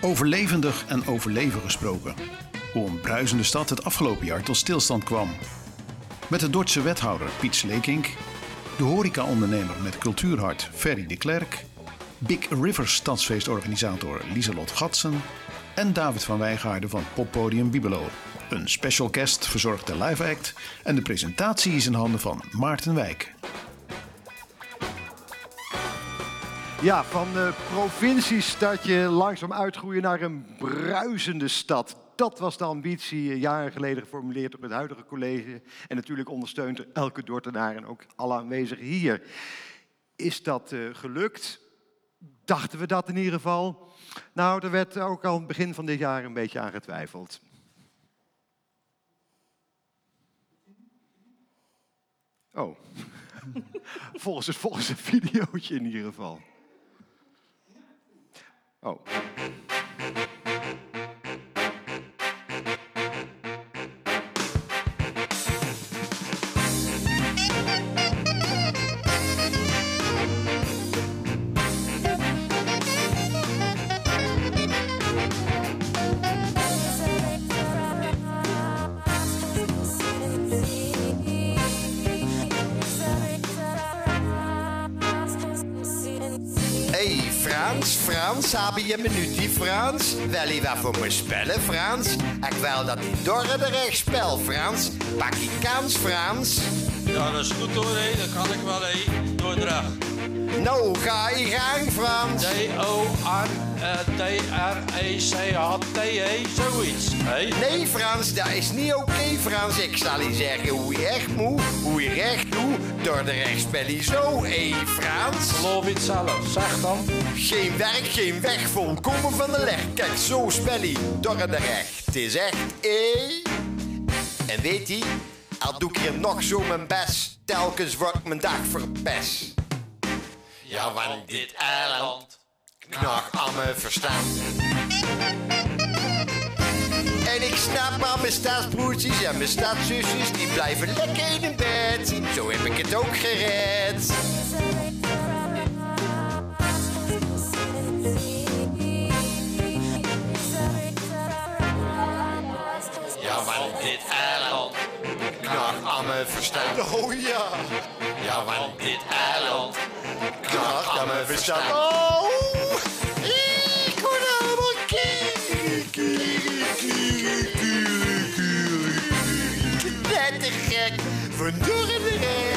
Over levendig en overleven gesproken. Hoe een bruisende stad het afgelopen jaar tot stilstand kwam. Met de Dordtse wethouder Piet Sleekink, de horecaondernemer met cultuurhart Ferry de Klerk, Big River stadsfeestorganisator Lieselot Gatsen en David van Wijngaarden van poppodium Bibelo. Een special guest verzorgt de live act en de presentatie is in handen van Maarten Wijk. Ja, van provinciestadje langzaam uitgroeien naar een bruisende stad. Dat was de ambitie jaren geleden geformuleerd door het huidige college. En natuurlijk ondersteunt er elke Dordtenaar en ook alle aanwezigen hier. Is dat gelukt? Dachten we dat in ieder geval? Nou, er werd ook al aan het begin van dit jaar een beetje aan getwijfeld. Oh, volgens een videootje in ieder geval. Oh. Frans, heb je een minuutje, Frans? Wil je wat voor me spellen, Frans? Ik wil dat die dorre de recht spel, Frans. Pak je kans, Frans? Ja, dat is goed hoor, hé. Dat kan ik wel, hé. Dordrecht. Nou, ga je gang, Frans. D-O-R-D-R-E-C-H-T, hé. Zoiets, hé. Nee, Frans, dat is niet oké, Frans. Ik zal je zeggen hoe je echt moet, hoe je recht doet. Door de recht spel je zo, hé, Frans. Geloof je het zelf, zeg dan. Geen werk, geen weg, volkomen van de leg. Kijk, zo spel je door de recht. Het is echt, hé. En weet je, al doe ik hier nog zo mijn best, telkens wordt mijn dag verpest. Ja, want dit eiland knagt aan mijn verstand. En ik snap aan mijn staatsbroertjes en mijn stadszusjes, die blijven lekker in hun bed. Zo heb ik het ook gered. Ja, want dit eiland knagt aan mijn verstand. Oh ja. Ja, want dit eiland knagt aan mijn verstand. Oh, ik word allemaal net te gek van Dordrecht.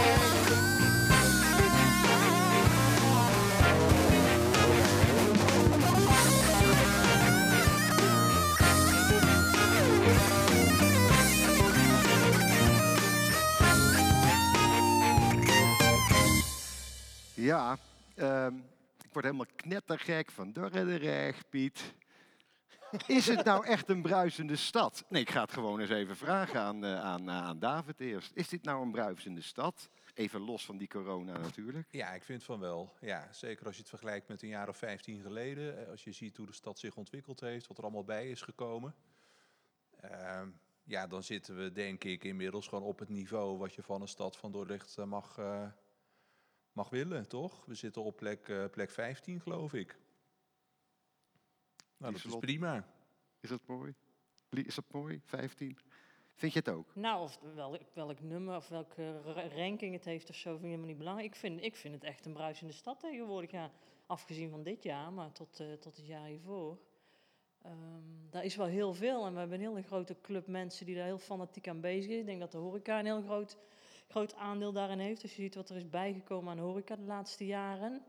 Ja, ik word helemaal knettergek van Dordrecht, Piet. Is het nou echt een bruisende stad? Nee, ik ga het gewoon eens even vragen aan David eerst. Is dit nou een bruisende stad? Even los van die corona natuurlijk. Ja, ik vind van wel. Ja, zeker als je het vergelijkt met een jaar of 15 geleden. Als je ziet hoe de stad zich ontwikkeld heeft, wat er allemaal bij is gekomen. Ja, dan zitten we denk ik inmiddels gewoon op het niveau wat je van een stad van Dordrecht mag willen, toch? We zitten op plek 15, geloof ik. Nou, dat is prima. Is dat mooi? Is dat mooi? 15? Vind je het ook? Nou, of welk nummer of welke ranking het heeft of zo, vind ik helemaal niet belangrijk. Ik vind het echt een bruisende stad tegenwoordig. Ja, afgezien van dit jaar, maar tot het jaar hiervoor. Daar is wel heel veel en we hebben een hele grote club mensen die daar heel fanatiek aan bezig is. Ik denk dat de horeca een heel groot aandeel daarin heeft. Als je ziet wat er is bijgekomen aan de horeca de laatste jaren.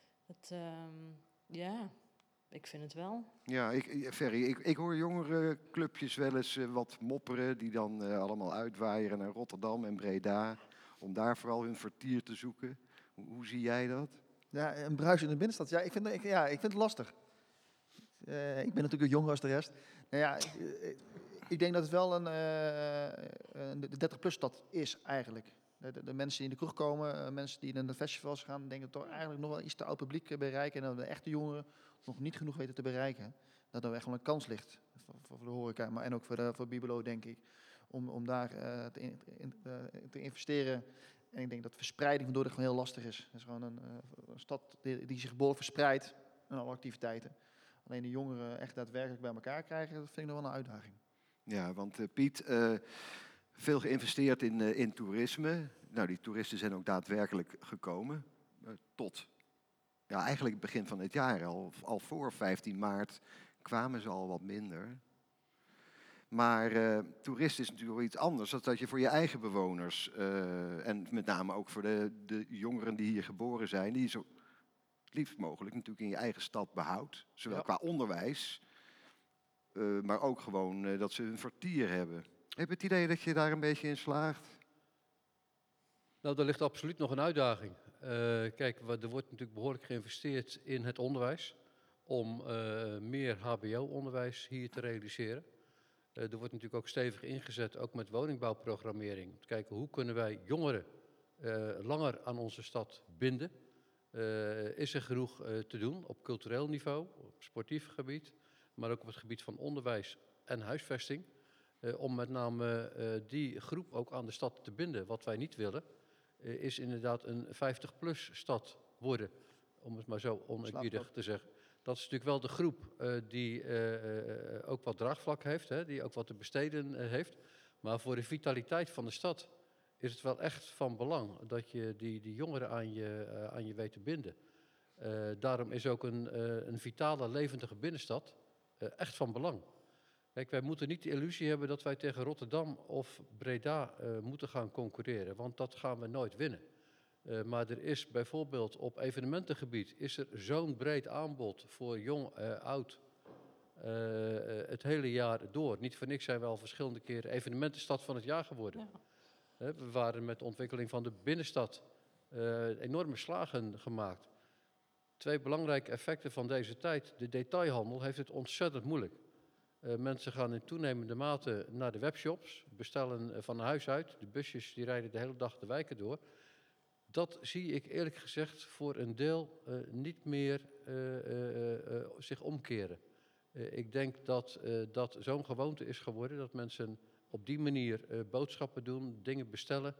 Ja, ik vind het wel. Ja, Ferry, ik hoor jongere clubjes wel eens wat mopperen die dan allemaal uitwaaieren naar Rotterdam en Breda. Om daar vooral hun vertier te zoeken. Hoe zie jij dat? Ja, een bruis in de binnenstad. Ja, ik vind het lastig. Ik ben natuurlijk jonger als de rest. Nou ja, ik denk dat het wel de 30-plus stad is eigenlijk. De mensen die in de kroeg komen, mensen die naar de festivals gaan, denk ik toch eigenlijk nog wel iets te oud publiek bereiken. En dat de echte jongeren nog niet genoeg weten te bereiken. Dat er echt wel een kans ligt voor de horeca, maar en ook voor Bibelo, denk ik. Om daar te investeren. En ik denk dat verspreiding van Dordrecht gewoon heel lastig is. Het is gewoon een stad die zich behoorlijk verspreidt in alle activiteiten. Alleen de jongeren echt daadwerkelijk bij elkaar krijgen, dat vind ik nog wel een uitdaging. Ja, want Piet, veel geïnvesteerd in toerisme. Nou, die toeristen zijn ook daadwerkelijk gekomen. Tot eigenlijk het begin van het jaar. Al voor 15 maart kwamen ze al wat minder. Maar toerist is natuurlijk wel iets anders dan dat je voor je eigen bewoners... en met name ook voor de jongeren die hier geboren zijn... die je zo liefst mogelijk natuurlijk in je eigen stad behoudt. Zowel qua onderwijs... maar ook gewoon dat ze een vertier hebben. Heb je het idee dat je daar een beetje in slaagt? Nou, daar ligt absoluut nog een uitdaging. Kijk, er wordt natuurlijk behoorlijk geïnvesteerd in het onderwijs om meer hbo-onderwijs hier te realiseren. Er wordt natuurlijk ook stevig ingezet, ook met woningbouwprogrammering. Om te kijken hoe kunnen wij jongeren langer aan onze stad binden. Is er genoeg te doen op cultureel niveau, op sportief gebied, maar ook op het gebied van onderwijs en huisvesting. Om met name die groep ook aan de stad te binden. Wat wij niet willen, is inderdaad een 50-plus stad worden. Om het maar zo oneerbiedig te zeggen. Dat is natuurlijk wel de groep die ook wat draagvlak heeft. Hè, die ook wat te besteden heeft. Maar voor de vitaliteit van de stad is het wel echt van belang dat je die jongeren aan je weet te binden. Daarom is ook een vitale, levendige binnenstad echt van belang. Kijk, wij moeten niet de illusie hebben dat wij tegen Rotterdam of Breda moeten gaan concurreren, want dat gaan we nooit winnen. Maar er is bijvoorbeeld op evenementengebied is er zo'n breed aanbod voor jong, oud, het hele jaar door. Niet voor niks zijn we al verschillende keren evenementenstad van het jaar geworden. Ja. We waren met de ontwikkeling van de binnenstad enorme slagen gemaakt. 2 belangrijke effecten van deze tijd. De detailhandel heeft het ontzettend moeilijk. Mensen gaan in toenemende mate naar de webshops, bestellen van huis uit. De busjes die rijden de hele dag de wijken door. Dat zie ik eerlijk gezegd voor een deel niet meer zich omkeren. Ik denk dat zo'n gewoonte is geworden dat mensen op die manier boodschappen doen, dingen bestellen,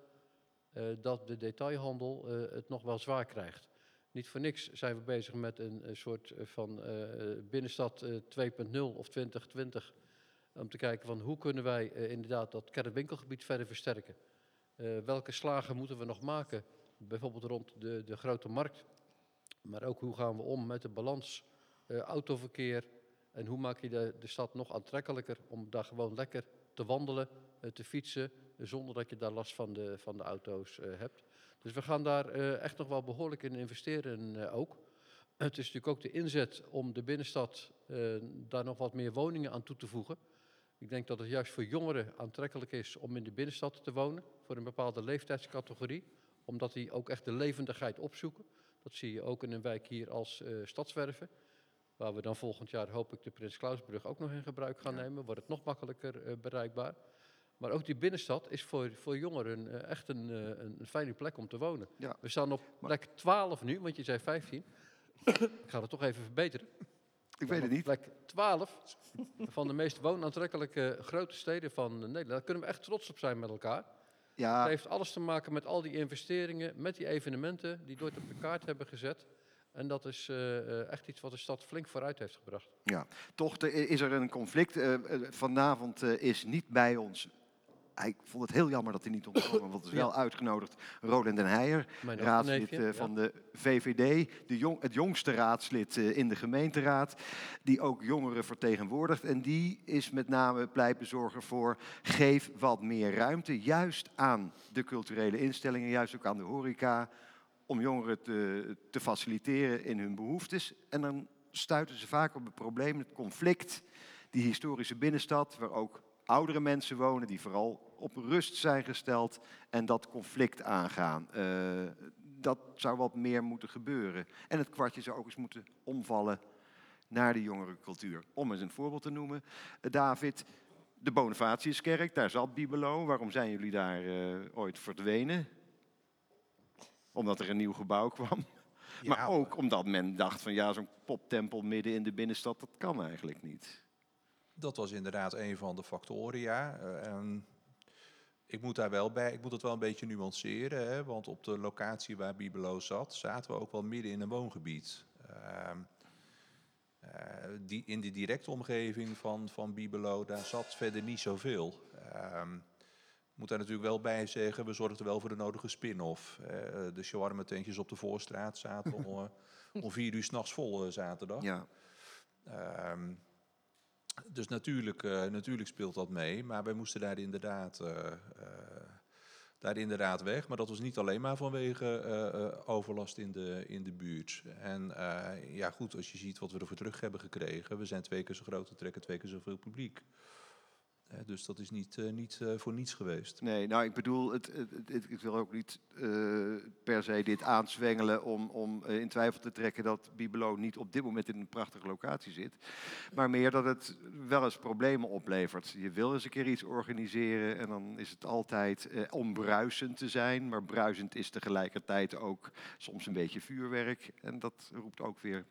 dat de detailhandel het nog wel zwaar krijgt. Niet voor niks zijn we bezig met een soort van binnenstad 2.0 of 2020. Om te kijken van hoe kunnen wij inderdaad dat kernwinkelgebied verder versterken. Welke slagen moeten we nog maken? Bijvoorbeeld rond de grote markt. Maar ook hoe gaan we om met de balans autoverkeer. En hoe maak je de stad nog aantrekkelijker om daar gewoon lekker te wandelen, te fietsen. Zonder dat je daar last van de auto's hebt. Dus we gaan daar echt nog wel behoorlijk in investeren ook. Het is natuurlijk ook de inzet om de binnenstad daar nog wat meer woningen aan toe te voegen. Ik denk dat het juist voor jongeren aantrekkelijk is om in de binnenstad te wonen. Voor een bepaalde leeftijdscategorie. Omdat die ook echt de levendigheid opzoeken. Dat zie je ook in een wijk hier als Stadswerven. Waar we dan volgend jaar hoop ik de Prins Clausbrug ook nog in gebruik gaan nemen. Wordt het nog makkelijker bereikbaar. Maar ook die binnenstad is voor jongeren echt een fijne plek om te wonen. Ja. We staan op plek 12 nu, want je zei 15. Ik ga het toch even verbeteren. Ik weet het niet. Plek 12 van de meest woonaantrekkelijke grote steden van Nederland. Daar kunnen we echt trots op zijn met elkaar. Ja. Het heeft alles te maken met al die investeringen, met die evenementen die nooit op de kaart hebben gezet. En dat is echt iets wat de stad flink vooruit heeft gebracht. Ja, toch is er een conflict. Vanavond is niet bij ons. Ik vond het heel jammer dat hij niet ontkomen, want het is wel uitgenodigd. Roland den Heijer, raadslid van de VVD. Het jongste raadslid in de gemeenteraad. Die ook jongeren vertegenwoordigt. En die is met name pleitbezorger voor geef wat meer ruimte. Juist aan de culturele instellingen, juist ook aan de horeca. Om jongeren te faciliteren in hun behoeftes. En dan stuiten ze vaak op het probleem, het conflict. Die historische binnenstad, waar ook oudere mensen wonen die vooral op rust zijn gesteld en dat conflict aangaan. Dat zou wat meer moeten gebeuren. En het kwartje zou ook eens moeten omvallen naar de jongerencultuur. Om eens een voorbeeld te noemen, David, de Bonifatiuskerk, daar zat Bibelo. Waarom zijn jullie daar ooit verdwenen? Omdat er een nieuw gebouw kwam. Ja, maar ook omdat men dacht van ja, zo'n poptempel midden in de binnenstad, dat kan eigenlijk niet. Dat was inderdaad een van de factoren, ja. Ik moet daar wel bij, ik moet het wel een beetje nuanceren, hè, want op de locatie waar Bibelo zat, zaten we ook wel midden in een woongebied. In de directe omgeving van Bibelo, daar zat verder niet zoveel. Ik moet daar natuurlijk wel bij zeggen, we zorgden wel voor de nodige spin-off. De shawarma-tentjes op de Voorstraat zaten om 4 uur 's nachts vol zaterdag. Ja. Dus natuurlijk speelt dat mee, maar wij moesten daar inderdaad weg. Maar dat was niet alleen maar vanwege overlast in de buurt. En goed, als je ziet wat we ervoor terug hebben gekregen, we zijn 2 keer zo groot, we trekken 2 keer zoveel publiek. Dus dat is niet voor niets geweest. Nee, nou ik bedoel, ik wil ook niet per se dit aanzwengelen om in twijfel te trekken dat Bibelo niet op dit moment in een prachtige locatie zit. Maar meer dat het wel eens problemen oplevert. Je wil eens een keer iets organiseren en dan is het altijd om bruisend te zijn. Maar bruisend is tegelijkertijd ook soms een beetje vuurwerk. En dat roept ook weer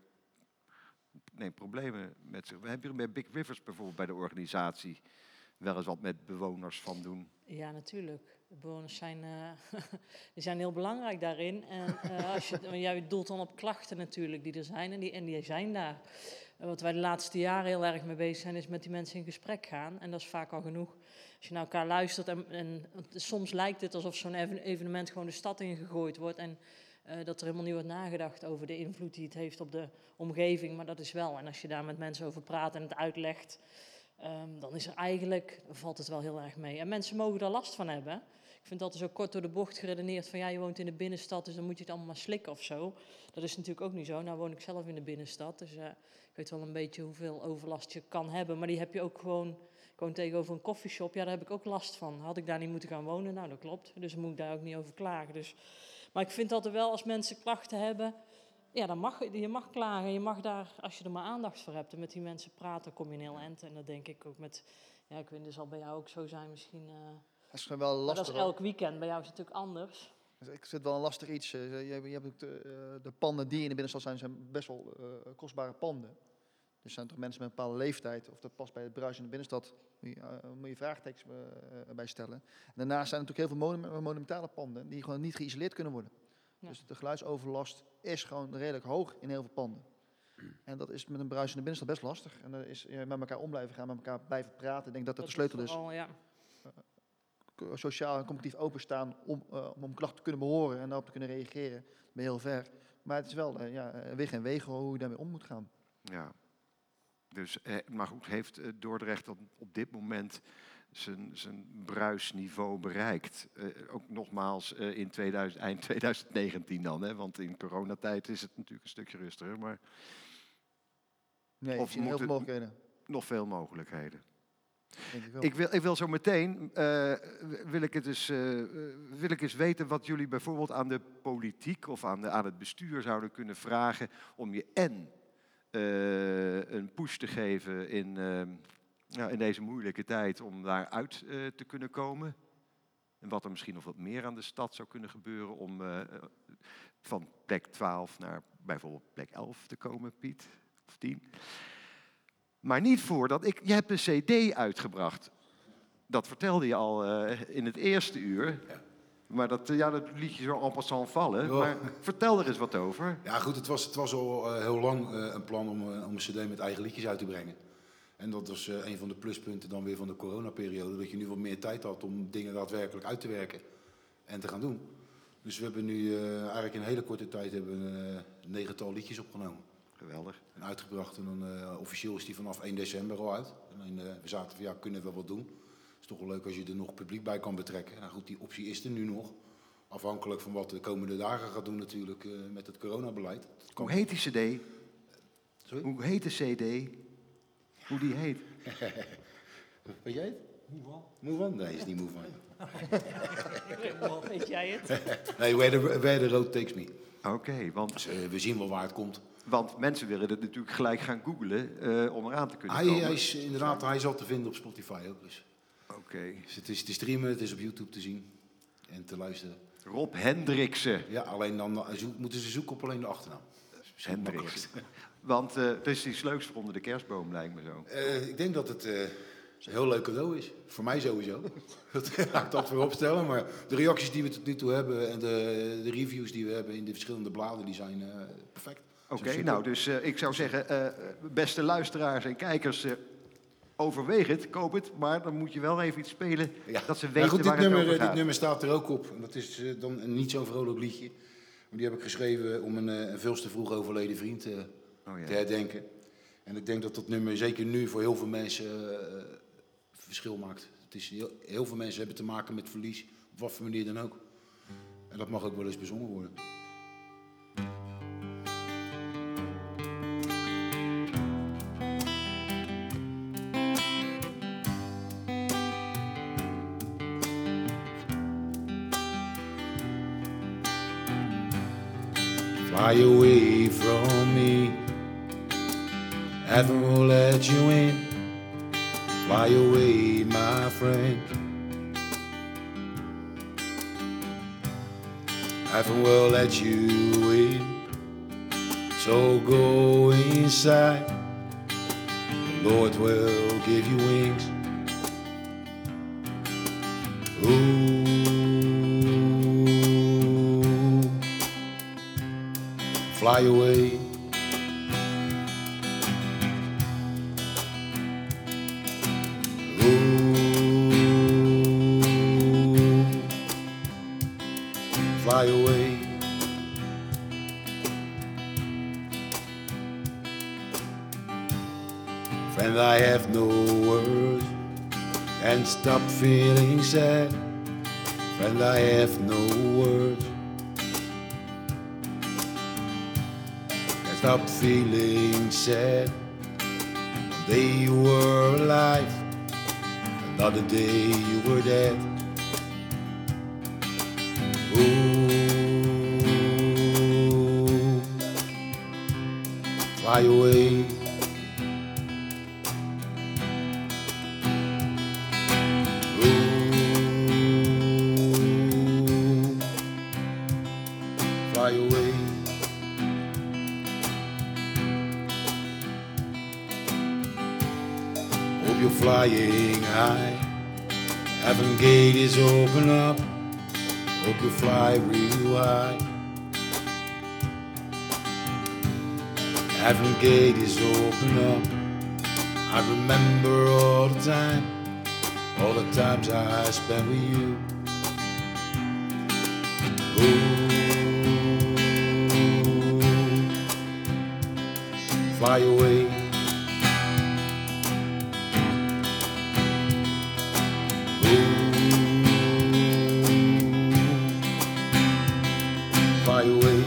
problemen met zich. Heb je bij Big Rivers bijvoorbeeld bij de organisatie wel eens wat met bewoners van doen? Ja, natuurlijk. De bewoners zijn, die zijn heel belangrijk daarin. En jij doelt dan op klachten natuurlijk die er zijn en die zijn daar. Wat wij de laatste jaren heel erg mee bezig zijn, is met die mensen in gesprek gaan. En dat is vaak al genoeg. Als je naar elkaar luistert en soms lijkt het alsof zo'n evenement gewoon de stad ingegooid wordt en dat er helemaal niet wordt nagedacht over de invloed die het heeft op de omgeving. Maar dat is wel. En als je daar met mensen over praat en het uitlegt, dan is er eigenlijk, valt het wel heel erg mee. En mensen mogen daar last van hebben. Ik vind dat er zo kort door de bocht geredeneerd van ja, je woont in de binnenstad, dus dan moet je het allemaal maar slikken of zo. Dat is natuurlijk ook niet zo. Nou woon ik zelf in de binnenstad, dus ik weet wel een beetje hoeveel overlast je kan hebben. Maar die heb je ook gewoon tegenover een koffieshop. Ja, daar heb ik ook last van. Had ik daar niet moeten gaan wonen? Nou, dat klopt. Dus dan moet ik daar ook niet over klagen. Dus, maar ik vind dat er wel, als mensen klachten hebben, ja, je mag klagen. Je mag daar, als je er maar aandacht voor hebt en met die mensen praten, kom je een heel eind. En dat denk ik ook met, ja, ik weet niet, dat zal bij jou ook zo zijn misschien. Dat is wel lastig. Maar dat is elk weekend. Bij jou is het natuurlijk anders. Ik vind wel een lastig iets. Je hebt ook de panden die in de binnenstad zijn best wel kostbare panden. Er zijn toch mensen met een bepaalde leeftijd, of dat past bij het bruis in de binnenstad, moet je vraagtekens bij stellen. En daarnaast zijn er natuurlijk heel veel monumentale panden die gewoon niet geïsoleerd kunnen worden. Ja. Dus de geluidsoverlast is gewoon redelijk hoog in heel veel panden. En dat is met een bruis in de binnenstad best lastig. En dat is met elkaar om blijven gaan, met elkaar blijven praten. Ik denk dat dat de sleutel is. Vooral, ja. Sociaal en communicatief openstaan om klachten te kunnen behoren en daarop te kunnen reageren. Dat ben je heel ver. Maar het is wel weg en wegen hoe je daarmee om moet gaan. Ja. Dus, maar goed, heeft Dordrecht op dit moment zijn bruisniveau bereikt? Ook nogmaals eind 2019 dan, hè? Want in coronatijd is het natuurlijk een stukje rustiger. Maar nee, ik zie heel veel mogelijkheden. Nog veel mogelijkheden. Denk ik wil zo meteen, wil ik eens weten wat jullie bijvoorbeeld aan de politiek of aan het bestuur zouden kunnen vragen om je een push te geven in deze moeilijke tijd om daaruit te kunnen komen. En wat er misschien nog wat meer aan de stad zou kunnen gebeuren om van plek 12 naar bijvoorbeeld plek 11 te komen, Piet, of 10. Maar niet voordat je hebt een cd uitgebracht. Dat vertelde je al in het eerste uur. Ja. Maar dat liet je zo en passant vallen. Ja. Maar vertel er eens wat over. Ja goed, het was al heel lang een plan om een cd met eigen liedjes uit te brengen. En dat was een van de pluspunten dan weer van de coronaperiode. Dat je nu wat meer tijd had om dingen daadwerkelijk uit te werken en te gaan doen. Dus we hebben nu eigenlijk in een hele korte tijd een 9-tal liedjes opgenomen. Geweldig. En uitgebracht. En dan, officieel is die vanaf 1 december al uit. En we zaten van kunnen we wat doen. Het is toch wel leuk als je er nog publiek bij kan betrekken. Nou goed, die optie is er nu nog. Afhankelijk van wat de komende dagen gaat doen natuurlijk met het coronabeleid. Hoe heet die cd? Sorry? Hoe heet de cd? Hoe die heet? Weet jij het? Moe van? Nee, is niet moe van. Weet jij het? Nee, Where the Road Takes Me. Oké, want Dus, we zien wel waar het komt. Want mensen willen het natuurlijk gelijk gaan googlen om eraan te kunnen Hij komen. hij is al te vinden op Spotify ook. Dus. Oké. Dus het is te streamen, het is op YouTube te zien en te luisteren. Rob Hendriksen. Ja, alleen dan moeten ze zoeken op alleen de achternaam. Hendriksen. Want het is iets leuks voor onder de kerstboom, lijkt me zo. Ik denk dat het een heel leuk cadeau is. Voor mij sowieso. Dat ga ik dat voorop stellen. Maar de reacties die we tot nu toe hebben en de reviews die we hebben in de verschillende bladen, die zijn perfect. Oké, nou, dus ik zou zeggen, beste luisteraars en kijkers, overweeg het, koop het, maar dan moet je wel even iets spelen dat ze weten waar het over gaat. Dit nummer staat er ook op. En dat is dan een niet zo'n vrolijk liedje. Maar die heb ik geschreven om een veel te vroeg overleden vriend te herdenken. En ik denk dat dat nummer zeker nu voor heel veel mensen verschil maakt. Het is heel veel mensen hebben te maken met verlies, op wat voor manier dan ook. En dat mag ook wel eens bezongen worden. Fly away from me, heaven will let you in. Fly away, my friend. Heaven will let you in. So go inside. The Lord will give you wings. Ooh. Fly away. Fly away. Friend, I have no words, and stop feeling sad. Friend, I have no words, and stop feeling sad. One day you were alive, another day you were dead. Ooh, fly away. Ooh, fly away. Hope you're flying high. Heaven gate is open up. Hope you fly real high. Heaven gate is open up. I remember all the times I spent with you. Ooh, fly away. Fly away.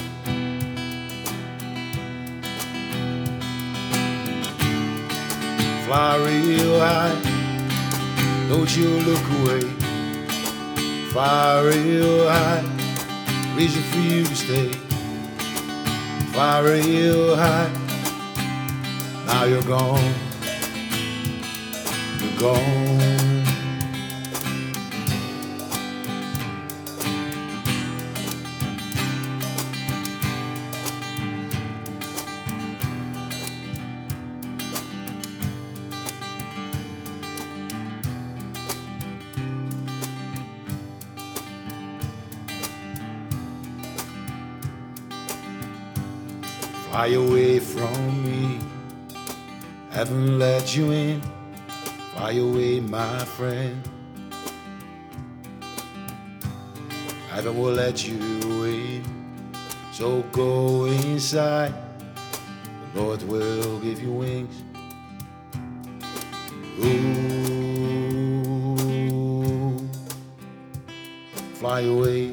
Fly real high, don't you look away. Fly real high, reason for you to stay. Fly real high, now you're gone. You're gone. Fly away from me, heaven let you in. Fly away, my friend. Heaven will let you in. So go inside. The Lord will give you wings. Ooh, fly away.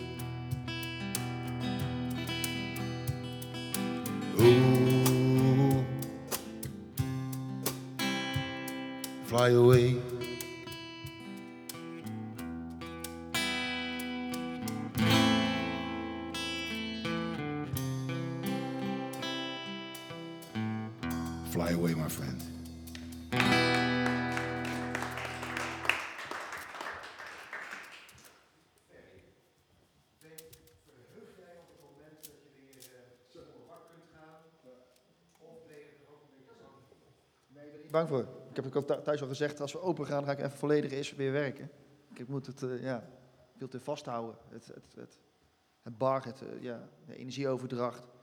Ooh, fly away. Fly away, my friend. Bang voor. Ik heb ook al thuis al gezegd, als we open gaan, ga ik even volledig eerst weer werken. Ik moet het, ik wil het vasthouden. Het bar, de energieoverdracht.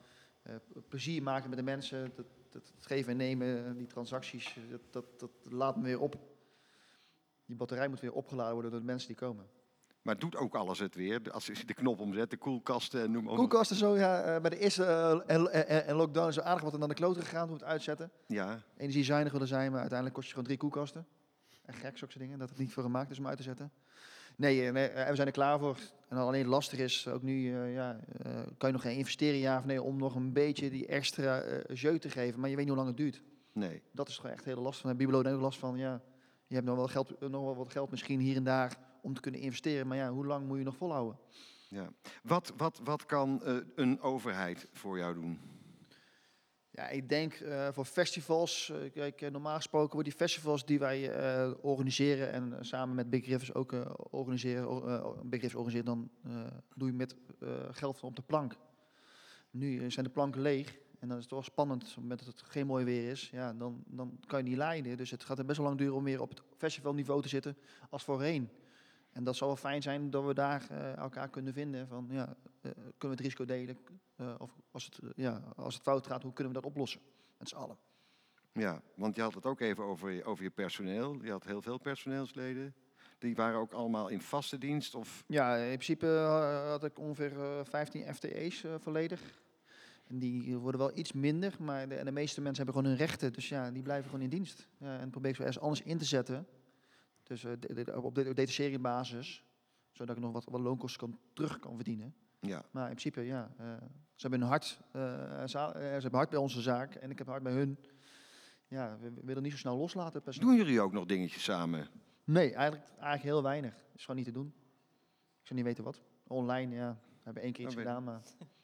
plezier maken met de mensen, het geven en nemen, die transacties, dat laat me weer op. Die batterij moet weer opgeladen worden door de mensen die komen. Maar het doet ook alles het weer. Als je de knop omzet, de koelkasten en noem maar op. Koelkasten zo, ja. Bij de eerste lockdown is er aardig wat er naar de kloten gegaan om het uitzetten. Ja. Energiezuinig willen zijn, maar uiteindelijk kost je gewoon 3 koelkasten. En gek, zulke dingen, dat het niet voor gemaakt is om uit te zetten. Nee, we zijn er klaar voor. En alleen lastig is, ook nu, kan je nog geen investeren, ja of nee, om nog een beetje die extra jeu te geven. Maar je weet niet hoe lang het duurt. Nee. Dat is gewoon echt heel lastig. Van Bibelo heeft ook last van, ja, je hebt nog wel wat geld misschien hier en daar om te kunnen investeren. Maar ja, hoe lang moet je nog volhouden? Ja. Wat kan een overheid voor jou doen? Ja, ik denk voor festivals, kijk, normaal gesproken worden die festivals die wij organiseren en samen met Big Rivers ook organiseren, Big Rivers organiseert, dan doe je met geld van op de plank. Nu zijn de planken leeg en dan is het toch spannend, op het moment dat het geen mooi weer is, ja, dan kan je niet leiden. Dus het gaat er best wel lang duren om weer op het festivalniveau te zitten als voorheen. En dat zou wel fijn zijn dat we daar elkaar kunnen vinden van, ja, kunnen we het risico delen? Of als het fout gaat, hoe kunnen we dat oplossen? Met z'n allen. Ja, want je had het ook even over je personeel. Je had heel veel personeelsleden. Die waren ook allemaal in vaste dienst? Of? Ja, in principe had ik ongeveer 15 FTE's volledig. En die worden wel iets minder, maar de meeste mensen hebben gewoon hun rechten. Dus ja, die blijven gewoon in dienst. En probeer ik zo ergens anders in te zetten. Dus op detacheriebasis, zodat ik nog wat loonkosten terug kan verdienen. Ja. Maar in principe, ja, ze hebben een hart. Ze hebben hart bij onze zaak en ik heb hart bij hun. Ja, we willen niet zo snel loslaten. Doen jullie ook nog dingetjes samen? Nee, eigenlijk heel weinig. Dat is gewoon niet te doen. Ik zou niet weten wat. Online, ja, we hebben 1 keer iets gedaan, maar...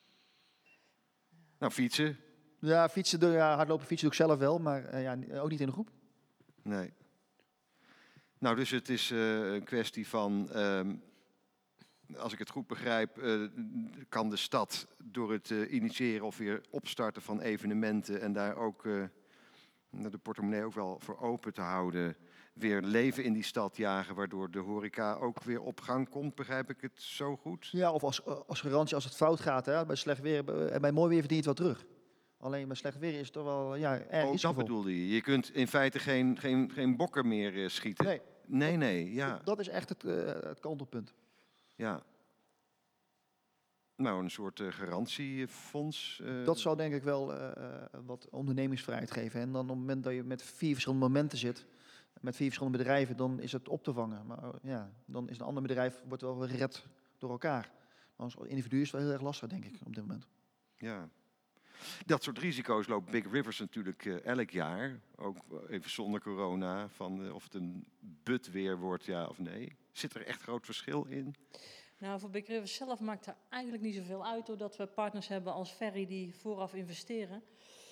Nou, fietsen? Ja, hardlopen fietsen doe ik zelf wel, maar ook niet in een groep. Nee. Nou, dus het is een kwestie van... als ik het goed begrijp, kan de stad door het initiëren of weer opstarten van evenementen en daar ook de portemonnee ook wel voor open te houden, weer leven in die stad jagen, waardoor de horeca ook weer op gang komt. Begrijp ik het zo goed? Ja, of als garantie als het fout gaat. Hè, bij slecht weer en bij mooi weer verdien je het wel terug. Alleen bij slecht weer is het toch wel erg risicovol. Dat bedoelde je. Je kunt in feite geen bokken meer schieten. Nee, ja. Dat is echt het kantelpunt. Ja. Nou, een soort garantiefonds. Dat zou denk ik wel wat ondernemingsvrijheid geven. En dan op het moment dat je met 4 verschillende momenten zit, met 4 verschillende bedrijven, dan is het op te vangen. Maar dan is een ander bedrijf wordt wel gered door elkaar. Maar als individu is het wel heel erg lastig, denk ik, op dit moment. Ja. Dat soort risico's loopt Big Rivers natuurlijk elk jaar. Ook even zonder corona, van of het een but weer wordt, ja of nee. Zit er echt groot verschil in? Nou, voor Big Rivers zelf maakt er eigenlijk niet zoveel uit, doordat we partners hebben als Ferry die vooraf investeren.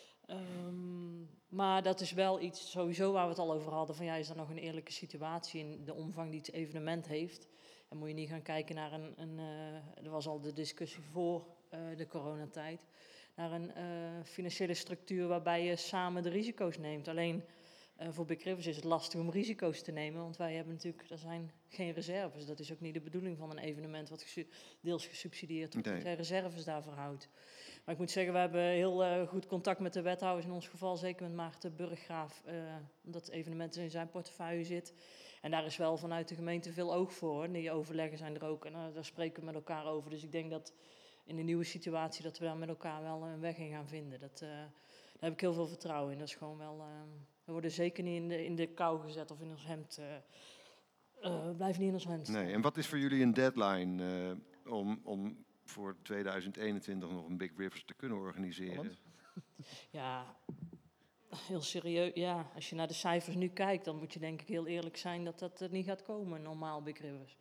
Maar dat is wel iets sowieso waar we het al over hadden, van ja, is er nog een eerlijke situatie in de omvang die het evenement heeft? En moet je niet gaan kijken naar er was al de discussie voor de coronatijd, naar een financiële structuur waarbij je samen de risico's neemt. Alleen voor Big Rivers is het lastig om risico's te nemen, want wij hebben natuurlijk, er zijn geen reserves. Dat is ook niet de bedoeling van een evenement wat deels gesubsidieerd wordt, dat jij reserves daarvoor houdt. Maar ik moet zeggen, we hebben heel goed contact met de wethouders, in ons geval zeker met Maarten Burggraaf, omdat het evenement in zijn portefeuille zit. En daar is wel vanuit de gemeente veel oog voor. Die overleggen zijn er ook en daar spreken we met elkaar over. Dus ik denk dat in de nieuwe situatie dat we daar met elkaar wel een weg in gaan vinden. Daar heb ik heel veel vertrouwen in. Dat is gewoon wel... we worden zeker niet in de kou gezet of in ons hemd. Blijven niet in ons hemd staan. Nee, en wat is voor jullie een deadline om voor 2021 nog een Big Rivers te kunnen organiseren? Ja, heel serieus. Ja, als je naar de cijfers nu kijkt, dan moet je denk ik heel eerlijk zijn dat dat niet gaat komen, normaal Big Rivers.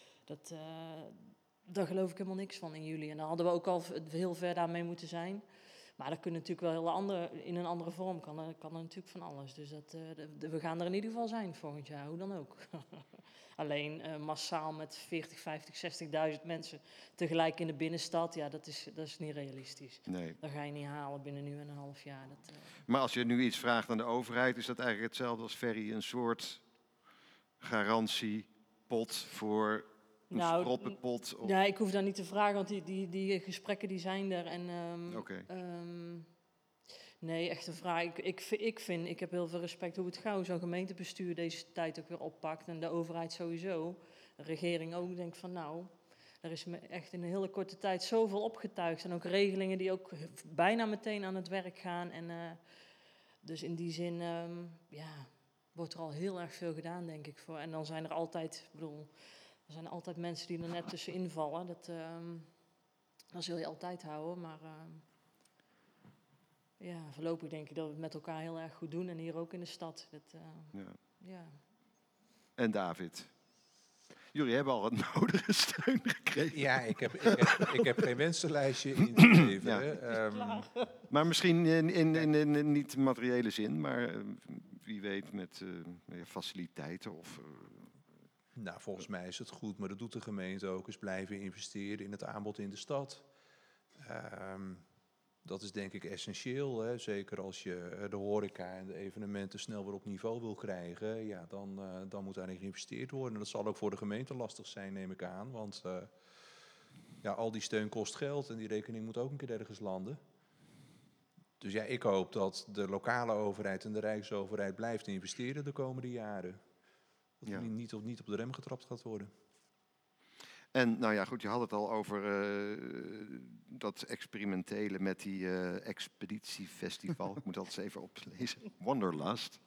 Daar geloof ik helemaal niks van in juli. En daar hadden we ook al heel ver daarmee moeten zijn. Maar dat kunnen natuurlijk wel in een andere vorm kan er natuurlijk van alles. Dus we gaan er in ieder geval zijn volgend jaar, hoe dan ook. Alleen massaal met 40, 50, 60.000 mensen tegelijk in de binnenstad, ja, dat is niet realistisch. Nee. Dat ga je niet halen binnen nu en een half jaar. Maar als je nu iets vraagt aan de overheid, is dat eigenlijk hetzelfde als Ferry, een soort garantiepot voor Een stroppenpot? Of... Nee, ik hoef dat niet te vragen, want die gesprekken die zijn er. En, Oké. Nee, echt een vraag. Ik heb heel veel respect hoe het gauw zo'n gemeentebestuur deze tijd ook weer oppakt. En de overheid sowieso. De regering ook. Ik denk van nou, er is me echt in een hele korte tijd zoveel opgetuigd. En ook regelingen die ook bijna meteen aan het werk gaan. En dus in die zin, wordt er al heel erg veel gedaan, denk ik. En dan zijn er altijd, er zijn altijd mensen die er net tussenin vallen. Dat zul je altijd houden, maar... voorlopig denk ik dat we het met elkaar heel erg goed doen. En hier ook in de stad. Ja. En David? Jullie hebben al het nodige steun gekregen. Ja, ik heb geen wensenlijstje in te geven. Ja. Maar misschien in niet materiële zin, maar wie weet met faciliteiten of... Nou, volgens mij is het goed, maar dat doet de gemeente ook. Is blijven investeren in het aanbod in de stad. Dat is denk ik essentieel. Hè? Zeker als je de horeca en de evenementen snel weer op niveau wil krijgen. Ja, dan moet daarin geïnvesteerd worden. En dat zal ook voor de gemeente lastig zijn, neem ik aan. Want al die steun kost geld en die rekening moet ook een keer ergens landen. Dus ja, ik hoop dat de lokale overheid en de Rijksoverheid blijft investeren de komende jaren. Dat er niet op de rem getrapt gaat worden. En nou ja, goed, je had het al over dat experimentele met die expeditiefestival. Ik moet dat eens even oplezen. Wanderlust.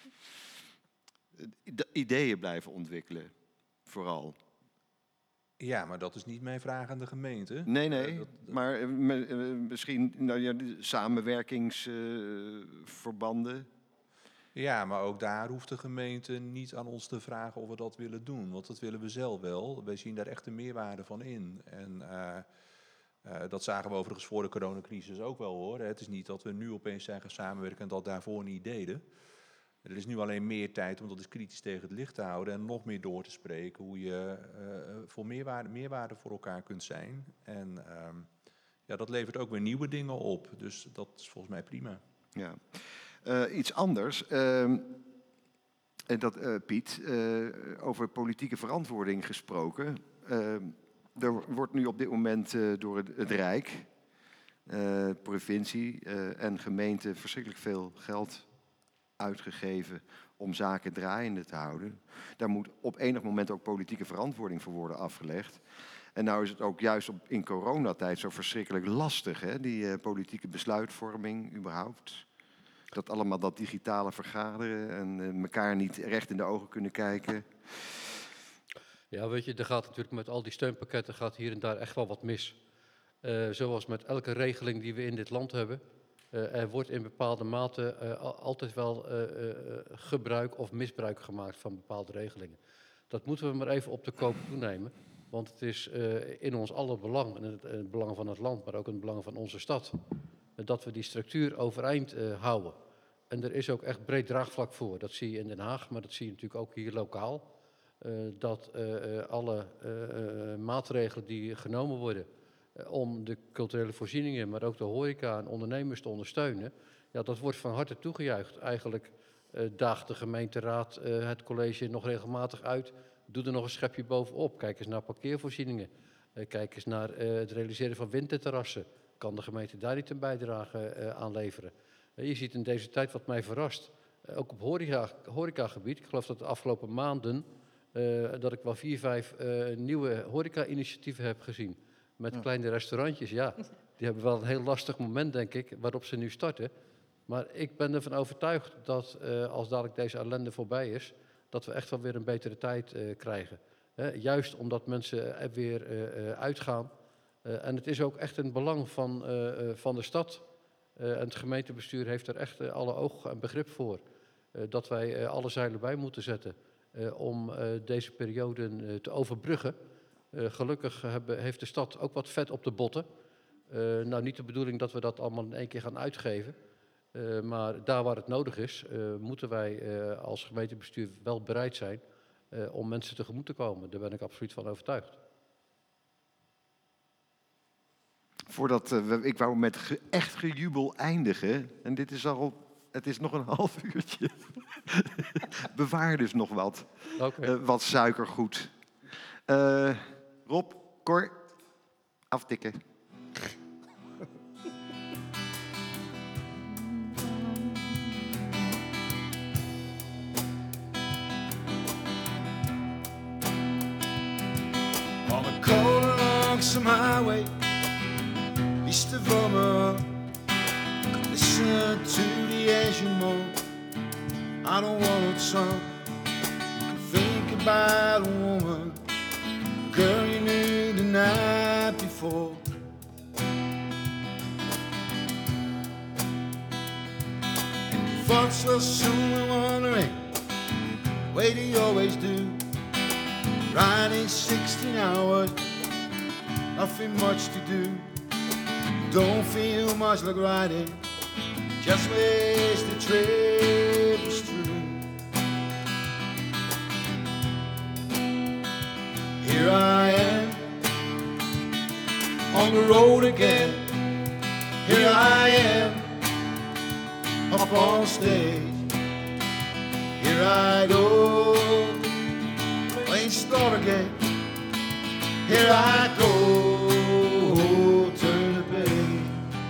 Ideeën blijven ontwikkelen, vooral. Ja, maar dat is niet mijn vraag aan de gemeente. Nee, maar misschien samenwerkingsverbanden. Ja, maar ook daar hoeft de gemeente niet aan ons te vragen of we dat willen doen. Want dat willen we zelf wel. Wij zien daar echt een meerwaarde van in. En dat zagen we overigens voor de coronacrisis ook wel hoor. Het is niet dat we nu opeens zijn gaan samenwerken en dat daarvoor niet deden. Er is nu alleen meer tijd om dat eens kritisch tegen het licht te houden en nog meer door te spreken hoe je voor meerwaarde voor elkaar kunt zijn. En dat levert ook weer nieuwe dingen op. Dus dat is volgens mij prima. Ja. Iets anders, Piet, over politieke verantwoording gesproken. Er wordt nu op dit moment door het Rijk, provincie en gemeente verschrikkelijk veel geld uitgegeven om zaken draaiende te houden. Daar moet op enig moment ook politieke verantwoording voor worden afgelegd. En nou is het ook juist in coronatijd zo verschrikkelijk lastig, hè? Die politieke besluitvorming überhaupt. Dat allemaal dat digitale vergaderen en elkaar niet recht in de ogen kunnen kijken. Ja, weet je, er gaat natuurlijk met al die steunpakketten gaat hier en daar echt wel wat mis. Zoals met elke regeling die we in dit land hebben. Er wordt in bepaalde mate altijd wel gebruik of misbruik gemaakt van bepaalde regelingen. Dat moeten we maar even op de koop toenemen. Want het is in ons aller belang, in het belang van het land, maar ook in het belang van onze stad, dat we die structuur overeind houden. En er is ook echt breed draagvlak voor. Dat zie je in Den Haag, maar dat zie je natuurlijk ook hier lokaal. Dat alle maatregelen die genomen worden om de culturele voorzieningen, maar ook de horeca en ondernemers te ondersteunen, ja, dat wordt van harte toegejuicht. Eigenlijk daagt de gemeenteraad het college nog regelmatig uit. Doe er nog een schepje bovenop. Kijk eens naar parkeervoorzieningen. Kijk eens naar het realiseren van winterterrassen. Kan de gemeente daar niet een bijdrage aan leveren? Je ziet in deze tijd wat mij verrast. Ook op horecagebied. Ik geloof dat de afgelopen maanden dat ik wel 4, 5 nieuwe horeca-initiatieven heb gezien. Met kleine restaurantjes. Ja, die hebben wel een heel lastig moment, denk ik, waarop ze nu starten. Maar ik ben ervan overtuigd dat als dadelijk deze ellende voorbij is, dat we echt wel weer een betere tijd krijgen. Juist omdat mensen er weer uitgaan. En het is ook echt een belang van de stad. En het gemeentebestuur heeft er echt alle oog en begrip voor. Dat wij alle zeilen bij moeten zetten om deze periode te overbruggen. Gelukkig heeft de stad ook wat vet op de botten. Nou, niet de bedoeling dat we dat allemaal in één keer gaan uitgeven. Maar daar waar het nodig is, moeten wij als gemeentebestuur wel bereid zijn om mensen tegemoet te komen. Daar ben ik absoluut van overtuigd. Ik wou met echt gejubel eindigen. En dit is het is nog een half uurtje. Bewaar dus nog wat. Okay. Wat suikergoed. Rob, Cor, aftikken. On a cold and lonesome highway, east of Roma, listen to the engine moan. I don't want to talk, think about a woman, girl you knew the night before. And your thoughts will soon be wandering, way they always do. Riding 16 hours, nothing much to do. Don't feel much like riding, just waste the trip is through. Here I am, on the road again. Here I am, up on stage. Here I go, playing start again. Here I go, turn the page.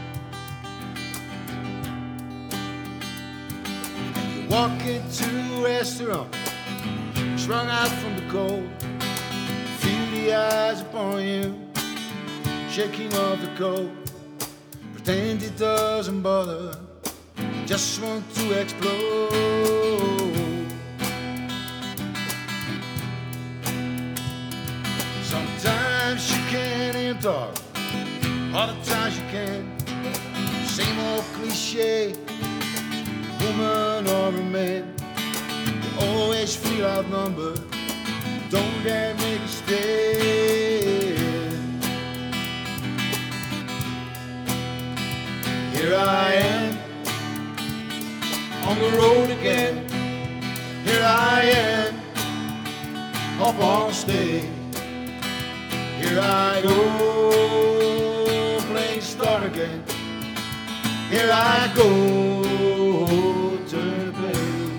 And you walk into a restaurant, strung out from the cold. Feel the eyes upon you, shaking off the coat. Pretend it doesn't bother, just want to explode. Sometimes you can't even talk, other times you can. Same old cliche, woman or a man. You always feel outnumbered, don't dare make a stand. Here I am, on the road again. Here I am, up on stage. Here I go, playing start again. Here I go, turn the page.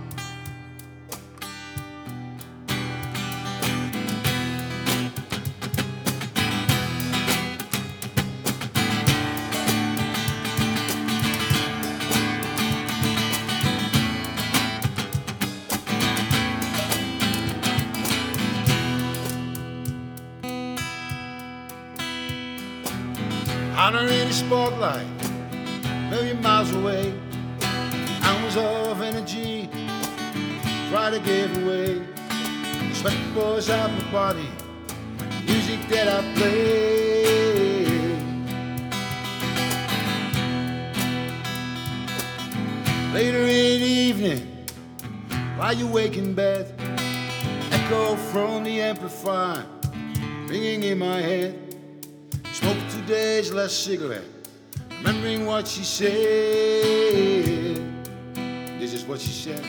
Honor in the spotlight, million miles away. Hours of energy, try to give away. The sweat pours out my body, music that I play. Later in the evening, while you wake in bed, echo from the amplifier, ringing in my head. Smoke 2 days less cigarette, remembering what she said. This is what she said.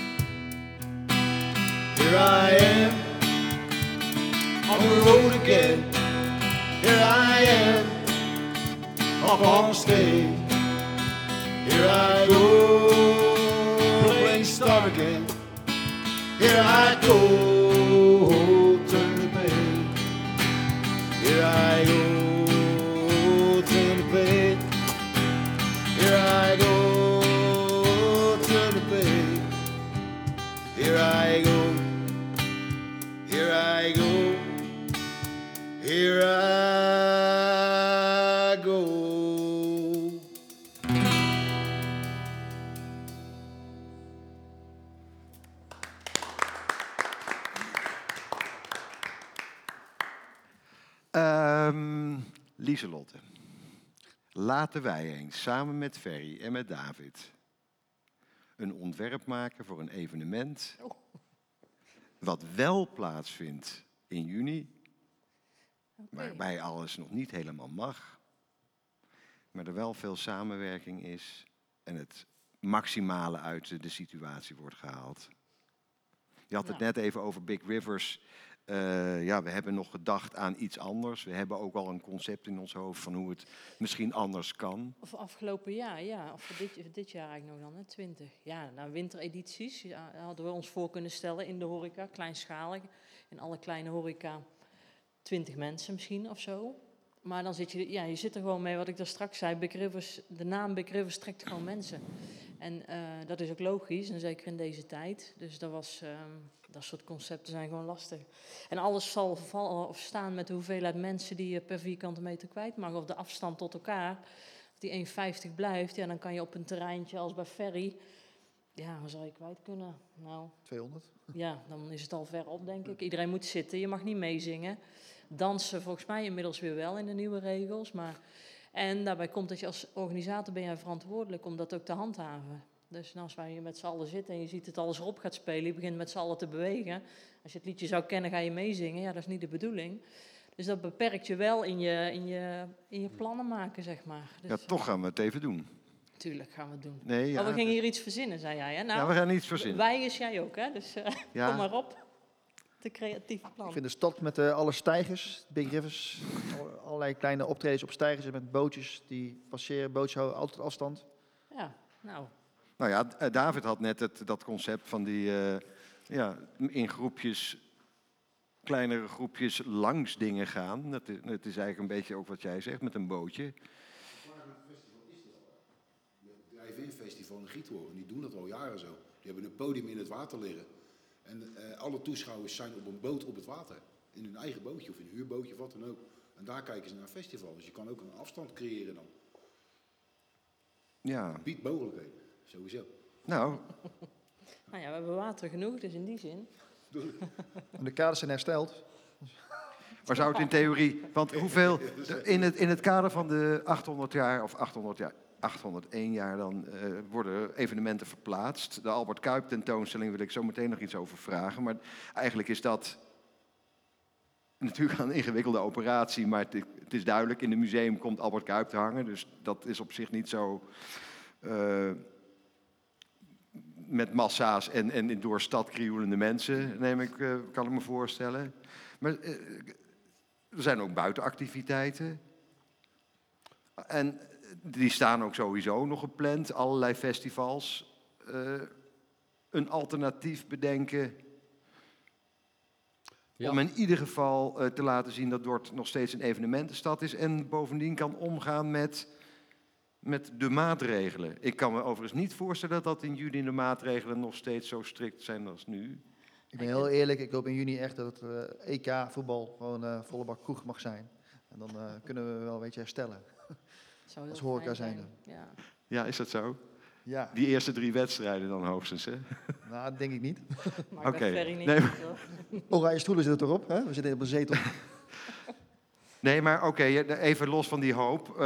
Here I am, on the road again. Here I am, up on stage. Here I go, playing star again. Here I go, turn the page. Here I go, turn the page. Here I go, turn the page. Here I go, here I go, here I go. Lieselotte, laten wij eens samen met Ferry en met David een ontwerp maken voor een evenement wat wel plaatsvindt in juni, waarbij alles nog niet helemaal mag, maar er wel veel samenwerking is en het maximale uit de situatie wordt gehaald. Je had het net even over Big Rivers. Ja, we hebben nog gedacht aan iets anders. We hebben ook al een concept in ons hoofd van hoe het misschien anders kan. Of afgelopen jaar, ja. Of dit jaar eigenlijk nog dan, hè, 20. Ja, nou, winteredities hadden we ons voor kunnen stellen in de horeca, kleinschalig. In alle kleine horeca 20 mensen misschien of zo. Maar dan zit je zit er gewoon mee, wat ik daar straks zei, de naam Big Rivers trekt gewoon mensen. En dat is ook logisch, en zeker in deze tijd. Dus dat soort concepten zijn gewoon lastig. En alles zal vallen of staan met de hoeveelheid mensen die je per vierkante meter kwijt mag. Of de afstand tot elkaar. Als die 1,50 blijft, dan kan je op een terreintje als bij Ferry... Ja, waar zou je kwijt kunnen? Nou, 200? Ja, dan is het al ver op, denk ik. Iedereen moet zitten, je mag niet meezingen. Dansen volgens mij inmiddels weer wel in de nieuwe regels. En daarbij komt dat je als organisator ben jij verantwoordelijk om dat ook te handhaven. Dus als wij met z'n allen zitten en je ziet het alles erop gaat spelen, je begint met z'n allen te bewegen. Als je het liedje zou kennen, ga je meezingen. Ja, dat is niet de bedoeling. Dus dat beperkt je wel in je plannen maken, zeg maar. Dus, Ja, toch gaan we het even doen. Tuurlijk gaan we het doen. Nee, ja. We gingen hier iets verzinnen, zei jij. Hè? Nou, ja, we gaan iets verzinnen. Wij is jij ook, hè? Dus Ja. kom maar op. De creatieve plan. Ik vind de stad met alle stijgers, Big Rivers, allerlei kleine optredens op stijgers en met bootjes die passeren, bootjes houden altijd afstand. Ja, nou. Nou ja, David had net dat concept van die in groepjes, kleinere groepjes langs dingen gaan. Het is eigenlijk een beetje ook wat jij zegt met een bootje. Festival in Giethoorn, die doen dat al jaren zo. Die hebben een podium in het water liggen. En alle toeschouwers zijn op een boot op het water. In hun eigen bootje of in een huurbootje of wat dan ook. En daar kijken ze naar een festival. Dus je kan ook een afstand creëren dan. Ja. Het biedt mogelijkheden, sowieso. Nou ja, we hebben water genoeg, dus in die zin. En de kaders zijn hersteld. Maar zou het in theorie, want hoeveel, in het kader van de 800 jaar of 801 jaar dan worden evenementen verplaatst. De Albert Kuip tentoonstelling wil ik zo meteen nog iets over vragen. Maar eigenlijk is dat natuurlijk een ingewikkelde operatie. Maar het is duidelijk, in het museum komt Albert Kuip te hangen. Dus dat is op zich niet zo met massa's en door stad krioelende mensen, kan ik me voorstellen. Maar er zijn ook buitenactiviteiten. En die staan ook sowieso nog gepland, allerlei festivals. Een alternatief bedenken om in ieder geval te laten zien dat Dordt nog steeds een evenementenstad is en bovendien kan omgaan met de maatregelen. Ik kan me overigens niet voorstellen dat in juni de maatregelen nog steeds zo strikt zijn als nu. Ik ben heel eerlijk, ik hoop in juni echt dat het EK-voetbal gewoon volle bak kroeg mag zijn. En dan kunnen we wel een beetje herstellen. Als horeca zijnde. Ja, is dat zo? Ja. Die eerste 3 wedstrijden dan hoogstens, hè? Nou, dat denk ik niet. Maar okay. Niet. Nee, oranje stoelen zitten erop, hè? We zitten op een zetel. Nee, maar oké, even los van die hoop.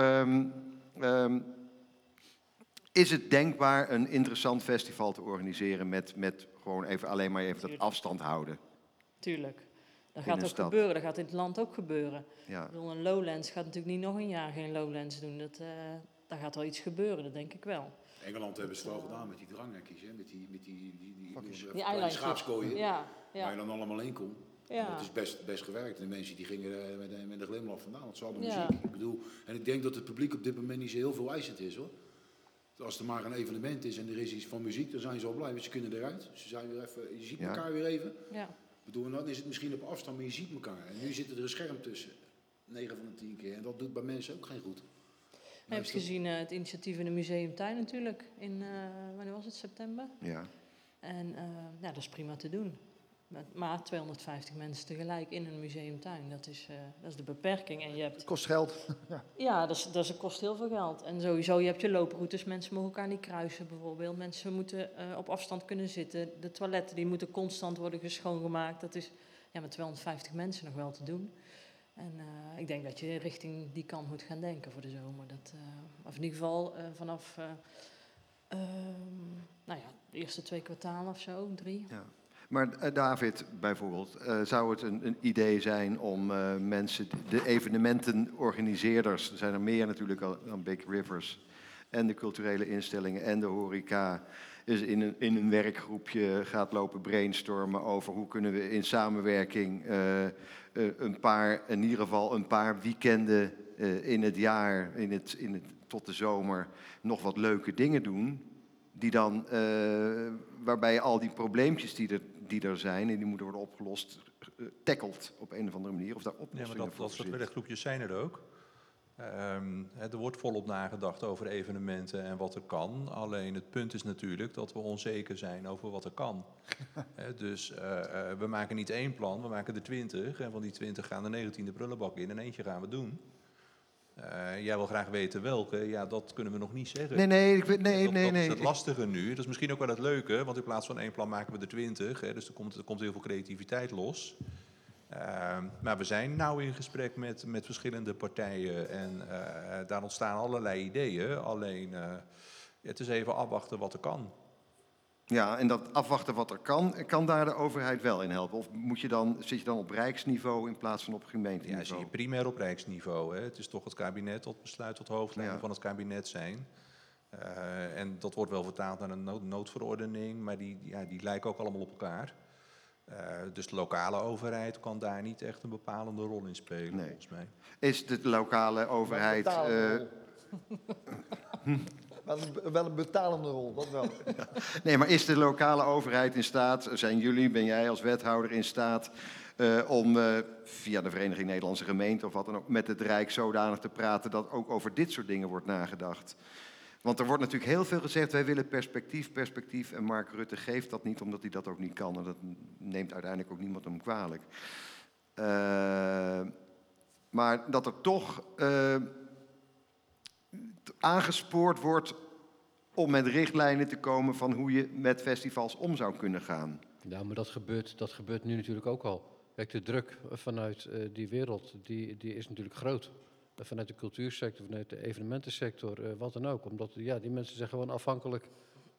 Is het denkbaar een interessant festival te organiseren met gewoon alleen maar dat afstand houden? Tuurlijk. Dat gaat ook gebeuren, dat gaat in het land ook gebeuren. Ja. Ik bedoel, een Lowlands gaat natuurlijk niet nog een jaar geen Lowlands doen. Daar gaat wel iets gebeuren, dat denk ik wel. Engeland hebben ze het wel gedaan met die dranghekjes, hè? Met die schaapskooien, waar je dan allemaal heen kon. Ja. Dat is best gewerkt. En de mensen die gingen met een glimlach vandaan, want ze hadden muziek. Ik bedoel, en ik denk dat het publiek op dit moment niet zo heel veel eisend is, hoor. Als er maar een evenement is en er is iets van muziek, dan zijn ze al blij, want ze kunnen eruit. Ze zijn weer even, je ziet elkaar weer even. Ja. Ik bedoel, en dan is het misschien op afstand, maar je ziet elkaar. En nu zit er een scherm tussen, 9 van de 10 keer. En dat doet bij mensen ook geen goed. Je hebt gezien het initiatief in de Museumtuin natuurlijk, wanneer was het, september? Ja. En dat is prima te doen. Maar 250 mensen tegelijk in een museumtuin, dat is de beperking. En het kost geld. Ja, dat kost heel veel geld. En sowieso, je hebt je looproutes, mensen mogen elkaar niet kruisen bijvoorbeeld. Mensen moeten op afstand kunnen zitten. De toiletten die moeten constant worden schoongemaakt. Dat is met 250 mensen nog wel te doen. En ik denk dat je richting die kant moet gaan denken voor de zomer. Of in ieder geval vanaf de eerste 2 kwartalen of zo, 3. Ja. Maar David, bijvoorbeeld, zou het een idee zijn om mensen, de evenementenorganiseerders, er zijn er meer natuurlijk dan Big Rivers, en de culturele instellingen en de horeca, dus in een werkgroepje gaat lopen brainstormen over hoe kunnen we in samenwerking in ieder geval een paar weekenden in het jaar, tot de zomer, nog wat leuke dingen doen, die dan, waarbij al die probleempjes die er zijn en die moeten worden opgelost, tackelt op een of andere manier. Of daar Ja, oplossingen maar voor dat soort zit. werkgroepjes zijn er ook. Er wordt volop nagedacht over evenementen en wat er kan. Alleen het punt is natuurlijk dat we onzeker zijn over wat er kan. Dus we maken niet 1 plan, we maken er 20. En van die 20 gaan de 19e prullenbak in en eentje gaan we doen. Jij wil graag weten welke, ja, dat kunnen we nog niet zeggen. Nee. Dat is het lastige nu. Dat is misschien ook wel het leuke, want in plaats van 1 plan maken we er 20. Dus er komt heel veel creativiteit los. Maar we zijn nauw in gesprek met verschillende partijen en daar ontstaan allerlei ideeën. Alleen, het is even afwachten wat er kan. Ja, en dat afwachten wat er kan daar de overheid wel in helpen? Of zit je dan op rijksniveau in plaats van op gemeenteniveau? Ja, zie je primair op rijksniveau. Hè. Het is toch het kabinet dat besluit wat de hoofdlijnen van het kabinet zijn. En dat wordt wel vertaald naar een noodverordening, maar die lijken ook allemaal op elkaar. Dus de lokale overheid kan daar niet echt een bepalende rol in spelen, volgens mij. Is de lokale overheid... Wel een betalende rol, dat wel. Ja. Nee, maar is de lokale overheid in staat, ben jij als wethouder in staat... om via de Vereniging Nederlandse Gemeenten of wat dan ook... met het Rijk zodanig te praten dat ook over dit soort dingen wordt nagedacht? Want er wordt natuurlijk heel veel gezegd, wij willen perspectief. En Mark Rutte geeft dat niet, omdat hij dat ook niet kan. En dat neemt uiteindelijk ook niemand hem kwalijk. Maar dat er toch aangespoord wordt om met richtlijnen te komen van hoe je met festivals om zou kunnen gaan. Ja, maar dat gebeurt nu natuurlijk ook al. Kijk, de druk vanuit die wereld, die is natuurlijk groot. Vanuit de cultuursector, vanuit de evenementensector, wat dan ook. Omdat die mensen zijn gewoon afhankelijk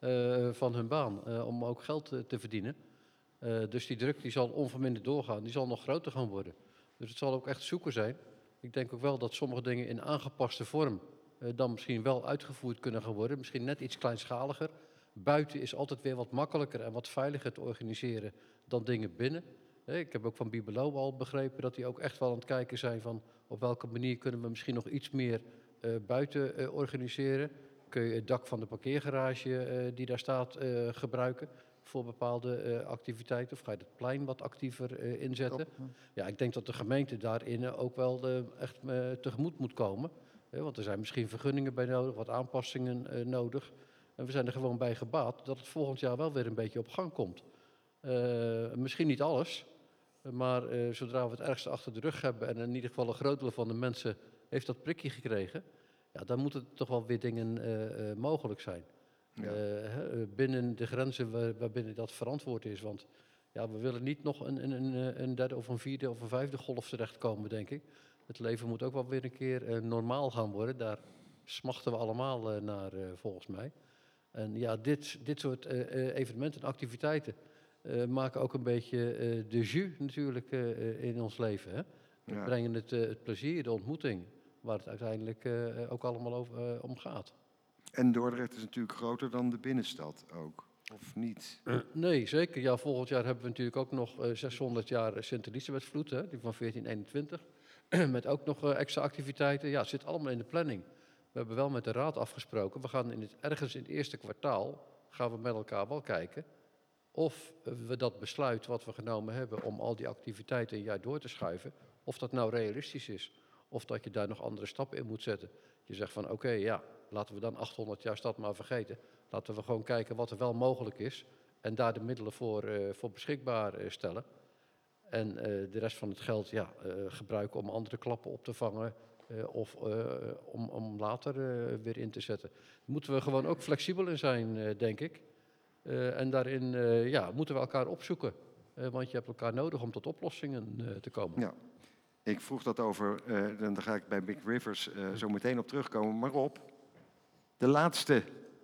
van hun baan om ook geld te verdienen. Dus die druk die zal onverminderd doorgaan, die zal nog groter gaan worden. Dus het zal ook echt zoeken zijn. Ik denk ook wel dat sommige dingen in aangepaste vorm dan misschien wel uitgevoerd kunnen gaan worden. Misschien net iets kleinschaliger. Buiten is altijd weer wat makkelijker en wat veiliger te organiseren dan dingen binnen. Ik heb ook van Bibelo al begrepen dat die ook echt wel aan het kijken zijn van op welke manier kunnen we misschien nog iets meer buiten organiseren. Kun je het dak van de parkeergarage die daar staat gebruiken voor bepaalde activiteiten? Of ga je het plein wat actiever inzetten? Ja, ik denk dat de gemeente daarin ook wel echt tegemoet moet komen. Want er zijn misschien vergunningen bij nodig, wat aanpassingen nodig. En we zijn er gewoon bij gebaat dat het volgend jaar wel weer een beetje op gang komt. Misschien niet alles, maar zodra we het ergste achter de rug hebben en in ieder geval een groot deel van de mensen heeft dat prikje gekregen, ja, dan moeten toch wel weer dingen mogelijk zijn. Ja. Binnen de grenzen waarbinnen dat verantwoord is. Want ja, we willen niet nog een derde of een vierde of een vijfde golf terechtkomen, denk ik. Het leven moet ook wel weer een keer normaal gaan worden. Daar smachten we allemaal naar, volgens mij. En ja, dit soort evenementen en activiteiten maken ook een beetje de jus natuurlijk in ons leven. Hè? We brengen het plezier, de ontmoeting, waar het uiteindelijk ook allemaal om gaat. En Dordrecht is natuurlijk groter dan de binnenstad ook, of niet? Nee, zeker. Ja, volgend jaar hebben we natuurlijk ook nog 600 jaar Sint-Elisabethvloed, die van 1421. Met ook nog extra activiteiten. Ja, het zit allemaal in de planning. We hebben wel met de raad afgesproken. We gaan ergens in het eerste kwartaal gaan we met elkaar wel kijken of we dat besluit wat we genomen hebben om al die activiteiten een jaar door te schuiven, of dat nou realistisch is. Of dat je daar nog andere stappen in moet zetten. Je zegt van oké, ja, laten we dan 800 jaar stad maar vergeten. Laten we gewoon kijken wat er wel mogelijk is en daar de middelen voor beschikbaar stellen. En de rest van het geld gebruiken om andere klappen op te vangen of om later weer in te zetten. Daar moeten we gewoon ook flexibel in zijn, denk ik. En daarin moeten we elkaar opzoeken. Want je hebt elkaar nodig om tot oplossingen te komen. Ja. Ik vroeg dat over, dan ga ik bij Big Rivers zo meteen op terugkomen. Maar Rob, de laatste.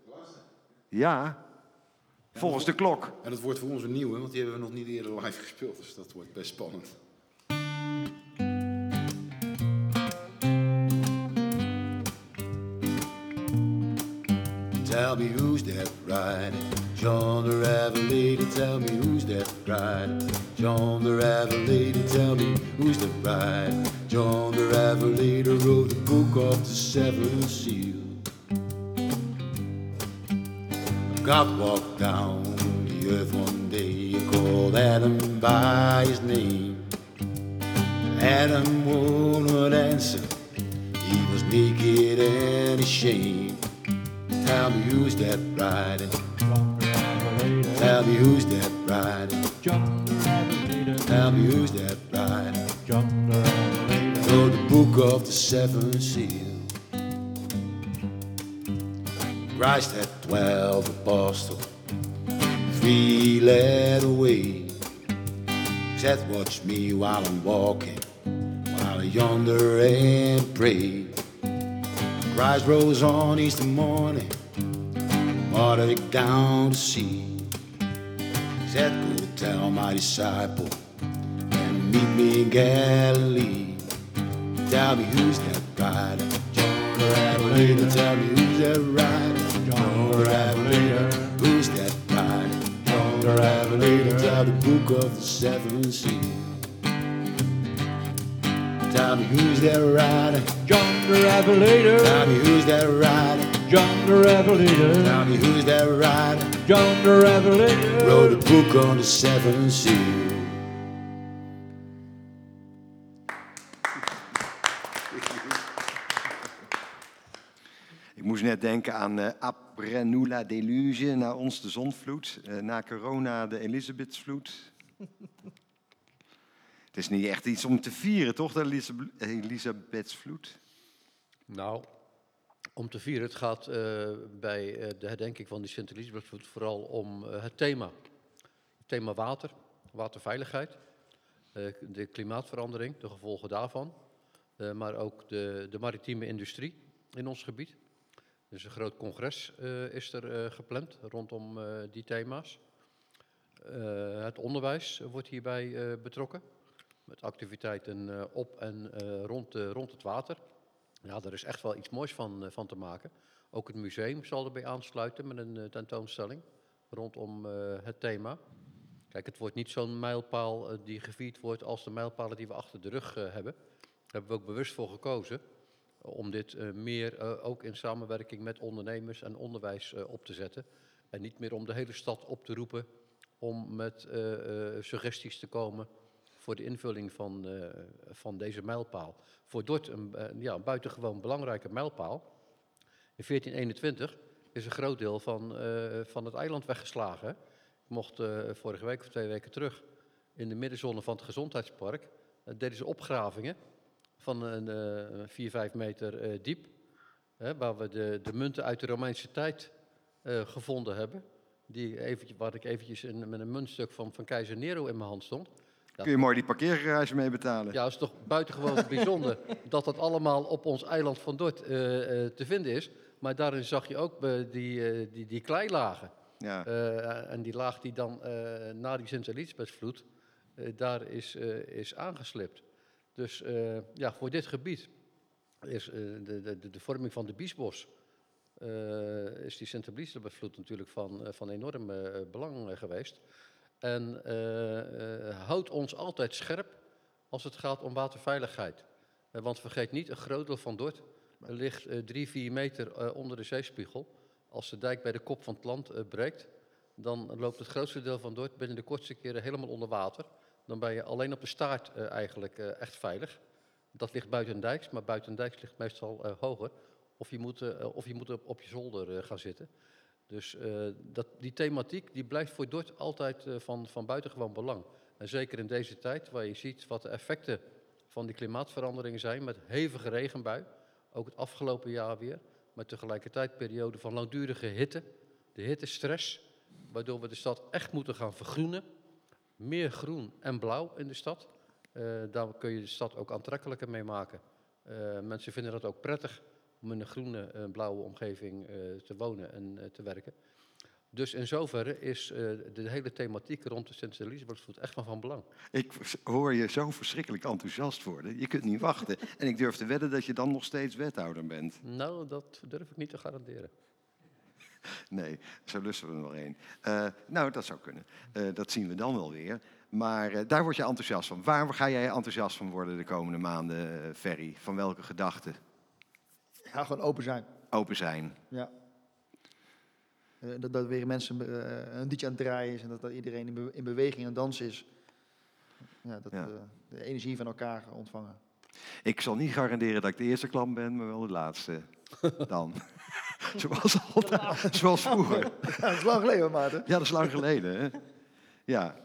Ja, volgens de klok. En dat wordt voor ons een nieuwe, want die hebben we nog niet eerder live gespeeld. Dus dat wordt best spannend. Tell me who's that riding? John the Revelator, tell me who's that riding? John the Revelator, tell me who's that riding? John the Revelator wrote the book of the seven seals. God walked down the earth one day, he called Adam by his name. Adam wouldn't answer. He was naked and ashamed. Tell me who's that riding? Tell me who's that riding? Tell me who's that riding? Know the book of the seven seals. Christ had 12 apostles, 3 led away. Said, watch me while I'm walking, while I yonder and pray. Christ rose on Easter morning, watered down the sea. Said, go tell my disciple, and meet me in Galilee. Tell me who's that rider? John the Revelator. Tell me who's that rider? John the Revelator. Who's that rider? John the Revelator. Tell the book of the seven seals. Tell me who's that rider? John the Revelator. Tell me who's that rider? John the Revelator. Tell me who's that rider? John the Revelator. Wrote a book on the seven seals. Ik moest net denken aan Après nous la déluge, na ons de zondvloed, na corona de Elisabethsvloed. Het is niet echt iets om te vieren, toch, de Elisabethsvloed? Nou, om te vieren, het gaat bij de herdenking van die Sint-Elisabethsvloed vooral om het thema. Het thema water, waterveiligheid, de klimaatverandering, de gevolgen daarvan. Maar ook de maritieme industrie in ons gebied. Dus een groot congres is er gepland rondom die thema's. Het onderwijs wordt hierbij betrokken. Met activiteiten op en rond het water. Ja, daar is echt wel iets moois van te maken. Ook het museum zal erbij aansluiten met een tentoonstelling rondom het thema. Kijk, het wordt niet zo'n mijlpaal die gevierd wordt als de mijlpalen die we achter de rug hebben. Daar hebben we ook bewust voor gekozen om dit meer ook in samenwerking met ondernemers en onderwijs op te zetten. En niet meer om de hele stad op te roepen om met suggesties te komen voor de invulling van deze mijlpaal. Voor Dort een buitengewoon belangrijke mijlpaal. In 1421 is een groot deel van het eiland weggeslagen. Hè? Ik mocht vorige week of 2 weken terug in de middenzone van het gezondheidspark. Deden ze opgravingen van 4-5 meter diep. Waar we de munten uit de Romeinse tijd gevonden hebben. Waar ik eventjes met een muntstuk van keizer Nero in mijn hand stond. Kun je mooi die parkeergarage mee betalen? Ja, het is toch buitengewoon bijzonder dat dat allemaal op ons eiland van Dort te vinden is. Maar daarin zag je ook die kleilagen. Ja. En die laag die dan na die Sint-Elisabethsvloed daar is aangeslipt. Dus voor dit gebied is de vorming van de Biesbos, is die Sint-Elisabethsvloed natuurlijk van enorm belang geweest. En houdt ons altijd scherp als het gaat om waterveiligheid. Want vergeet niet, een groot deel van Dort ligt 3-4 meter onder de zeespiegel. Als de dijk bij de kop van het land breekt, dan loopt het grootste deel van Dort binnen de kortste keren helemaal onder water. Dan ben je alleen op de staart eigenlijk echt veilig. Dat ligt buitendijks, maar buitendijks ligt meestal hoger. Of je moet op je zolder gaan zitten. Dus die thematiek die blijft voor Dort altijd van buitengewoon belang. En zeker in deze tijd, waar je ziet wat de effecten van die klimaatveranderingen zijn, met hevige regenbui, ook het afgelopen jaar weer, maar tegelijkertijd periode van langdurige hitte, de hittestress, waardoor we de stad echt moeten gaan vergroenen. Meer groen en blauw in de stad. Daar kun je de stad ook aantrekkelijker mee maken. Mensen vinden dat ook prettig om in een groene, blauwe omgeving te wonen en te werken. Dus in zoverre is de hele thematiek rond de Sint-Elisabethsvloed echt van belang. Ik hoor je zo verschrikkelijk enthousiast worden. Je kunt niet wachten. En ik durf te wedden dat je dan nog steeds wethouder bent. Nou, dat durf ik niet te garanderen. Nee, zo lusten we er nog één. Nou, dat zou kunnen. Dat zien we dan wel weer. Maar daar word je enthousiast van. Waar ga jij enthousiast van worden de komende maanden, Ferry? Van welke gedachten? Ja, gewoon open zijn. Open zijn. Ja. Dat weer mensen een liedje aan het draaien is en dat iedereen in beweging en dans is. de energie van elkaar ontvangen. Ik zal niet garanderen dat ik de eerste klant ben, maar wel de laatste dan. Zoals vroeger. Ja, dat is lang geleden, Maarten. Ja, dat is lang geleden. Hè? Ja.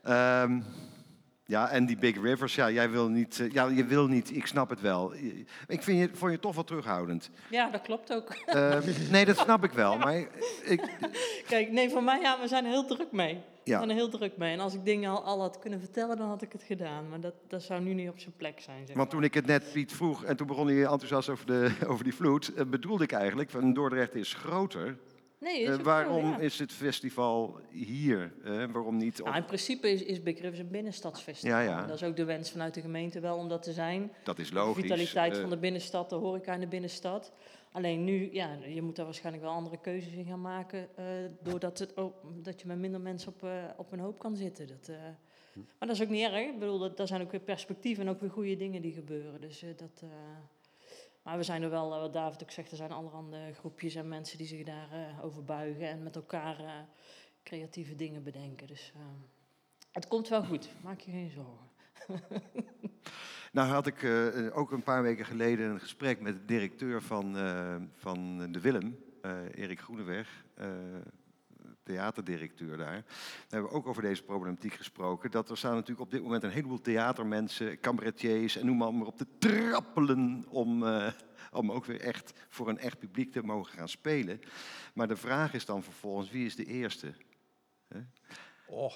Ja, en die Big Rivers, ja, jij wil niet, je wil niet, ik snap het wel. Ik vond je toch wel terughoudend. Ja, dat klopt ook. Nee, dat snap ik wel, maar Kijk, nee, voor mij, ja, we zijn er heel druk mee. We Ja. zijn er heel druk mee. En als ik dingen al had kunnen vertellen, dan had ik het gedaan. Maar dat zou nu niet op zijn plek zijn, zeg Want toen ik het net Piet vroeg en toen begon hij enthousiast over die vloed, bedoelde ik eigenlijk, van Dordrecht is groter. Nee, is ook waarom zo, ja. is het festival hier? Waarom niet op... Nou, in principe is Big Rivers een binnenstadsfestival. Ja, ja. Dat is ook de wens vanuit de gemeente wel om dat te zijn. Dat is De logisch. vitaliteit van de binnenstad, de horeca in de binnenstad. Alleen nu, ja, je moet daar waarschijnlijk wel andere keuzes in gaan maken. Doordat dat je met minder mensen op een hoop kan zitten. Maar dat is ook niet erg. Ik bedoel, daar zijn ook weer perspectieven en ook weer goede dingen die gebeuren. Dus maar we zijn er wel, wat David ook zegt, er zijn allerhande groepjes en mensen die zich daarover buigen en met elkaar creatieve dingen bedenken. Dus het komt wel goed, maak je geen zorgen. Nou had ik ook een paar weken geleden een gesprek met de directeur van de Willem, Erik Groeneweg, theaterdirecteur daar. Daar hebben we ook over deze problematiek gesproken. Dat er staan natuurlijk op dit moment een heleboel theatermensen, cabaretiers en noem maar op te trappelen om ook weer echt voor een echt publiek te mogen gaan spelen. Maar de vraag is dan vervolgens, wie is de eerste? Oh.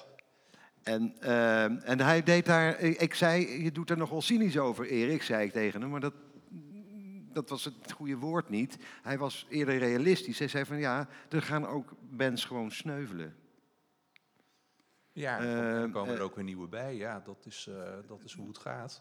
En hij deed daar, ik zei, je doet er nogal cynisch over, Erik, zei ik tegen hem, maar dat was het goede woord niet. Hij was eerder realistisch. Hij zei van ja, er gaan ook bands gewoon sneuvelen. Ja, dan komen er ook weer nieuwe bij. Ja, dat is hoe het gaat.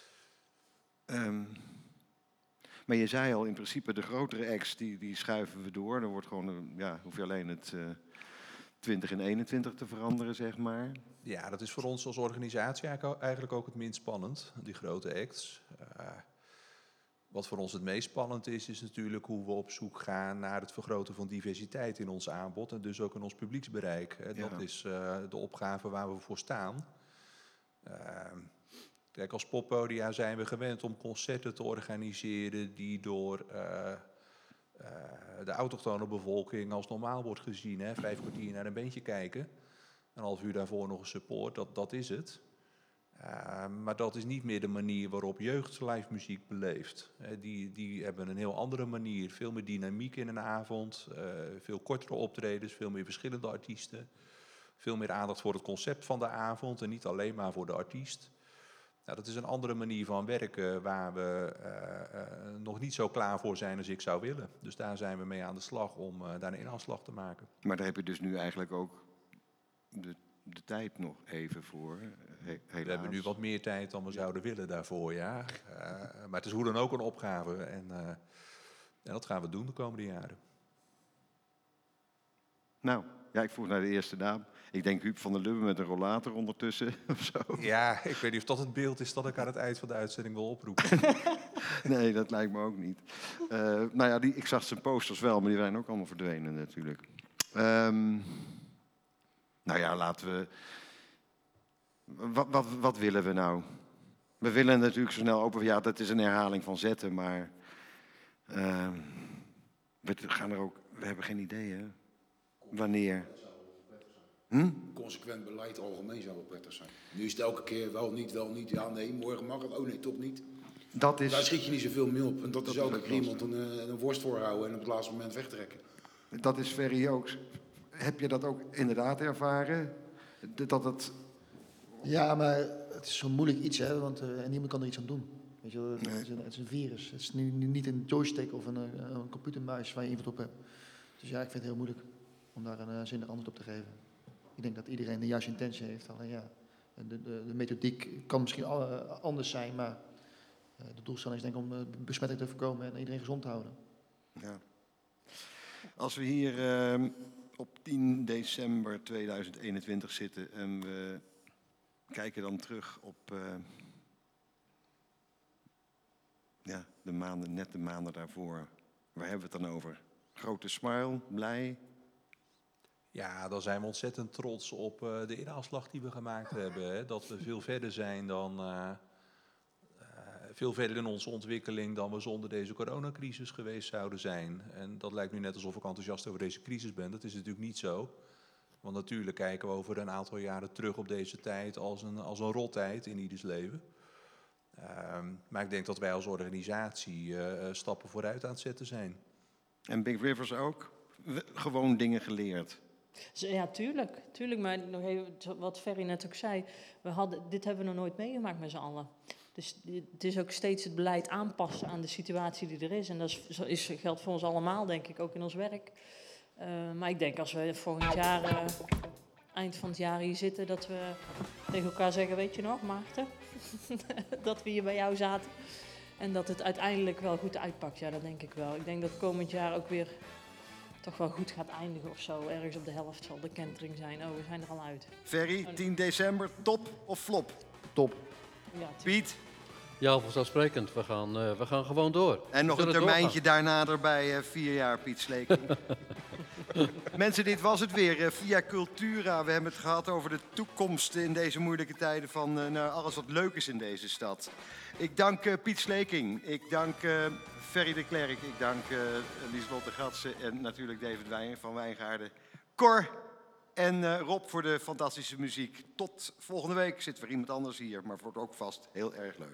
Maar je zei al, in principe de grotere acts, die schuiven we door. Dan wordt gewoon, hoef je alleen het 20 en 21 te veranderen, zeg maar. Ja, dat is voor ons als organisatie eigenlijk ook het minst spannend, die grote acts. Wat voor ons het meest spannend is natuurlijk hoe we op zoek gaan naar het vergroten van diversiteit in ons aanbod en dus ook in ons publieksbereik. Dat is de opgave waar we voor staan. Kijk, als poppodia zijn we gewend om concerten te organiseren die door de autochtone bevolking als normaal wordt gezien. 5 kwartier naar een bandje kijken, een half uur daarvoor nog een support, dat is het. Maar dat is niet meer de manier waarop jeugd live muziek beleeft. Die hebben een heel andere manier. Veel meer dynamiek in een avond. Veel kortere optredens, veel meer verschillende artiesten. Veel meer aandacht voor het concept van de avond en niet alleen maar voor de artiest. Nou, dat is een andere manier van werken waar we nog niet zo klaar voor zijn als ik zou willen. Dus daar zijn we mee aan de slag om daar een inhaalslag te maken. Maar daar heb je dus nu eigenlijk ook de tijd nog even voor, helaas. We hebben nu wat meer tijd dan we zouden willen daarvoor, ja. Maar het is hoe dan ook een opgave en dat gaan we doen de komende jaren. Nou, ja, ik vroeg naar de eerste naam. Ik denk Huub van der Lubbe met een rollator ondertussen of zo. Ja, ik weet niet of dat het beeld is dat ik aan het eind van de uitzending wil oproepen. Nee, dat lijkt me ook niet. Nou ja, ik zag zijn posters wel, maar die zijn ook allemaal verdwenen natuurlijk. Nou ja, laten we... Wat willen we nou? We willen natuurlijk zo snel open... Ja, dat is een herhaling van zetten, maar... We hebben geen idee, hè? Wanneer? Consequent beleid algemeen zou wel prettig zijn. Nu is het elke keer wel niet. Ja, nee, morgen mag het. Oh nee, toch niet. Dat is... Daar schiet je niet zoveel mee op. En dat is elke keer iemand een worst voorhouden en op het laatste moment wegtrekken. Dat is Ferry ook. Heb je dat ook inderdaad ervaren? Dat het... Ja, maar het is zo moeilijk iets, hè, want niemand kan er iets aan doen. Weet je, het is een virus. Het is nu niet een joystick of een computermuis waar je invloed op hebt. Dus ja, ik vind het heel moeilijk om daar een zinnig antwoord op te geven. Ik denk dat iedereen de juiste intentie heeft. Alleen ja, de methodiek kan misschien anders zijn, maar de doelstelling is denk ik om besmetting te voorkomen en iedereen gezond te houden. Ja. Als we hier op 10 december 2021 zitten en we kijken dan terug op net de maanden daarvoor. Waar hebben we het dan over? Grote smile, blij? Ja, dan zijn we ontzettend trots op de inhaalslag die we gemaakt hebben. Hè. Dat we veel verder zijn dan... veel verder in onze ontwikkeling dan we zonder deze coronacrisis geweest zouden zijn. En dat lijkt nu net alsof ik enthousiast over deze crisis ben. Dat is natuurlijk niet zo. Want natuurlijk kijken we over een aantal jaren terug op deze tijd als een rottijd in ieders leven. Maar ik denk dat wij als organisatie stappen vooruit aan het zetten zijn. En Big Rivers ook? Gewoon dingen geleerd. Ja, tuurlijk. Maar nog even wat Ferry net ook zei. Dit hebben we nog nooit meegemaakt met z'n allen. Dus het is ook steeds het beleid aanpassen aan de situatie die er is. En dat geldt voor ons allemaal, denk ik, ook in ons werk. Maar ik denk als we volgend jaar, eind van het jaar hier zitten, dat we tegen elkaar zeggen, weet je nog, Maarten? Dat we hier bij jou zaten. En dat het uiteindelijk wel goed uitpakt. Ja, dat denk ik wel. Ik denk dat komend jaar ook weer toch wel goed gaat eindigen of zo. Ergens op de helft zal de kentering zijn. Oh, we zijn er al uit. Ferry, 10 december, top of flop? Top. Ja, Piet? Ja, vanzelfsprekend. We gaan gewoon door. En nog een termijntje daarna erbij, 4 jaar Piet Sleking. Mensen, dit was het weer. Via Cultura. We hebben het gehad over de toekomst in deze moeilijke tijden van alles wat leuk is in deze stad. Ik dank Piet Sleking. Ik dank Ferry de Klerk. Ik dank Lieslotte Gatsen en natuurlijk David van Wijngaarden. Cor en Rob voor de fantastische muziek. Tot volgende week. Zit weer iemand anders hier, maar het wordt ook vast heel erg leuk.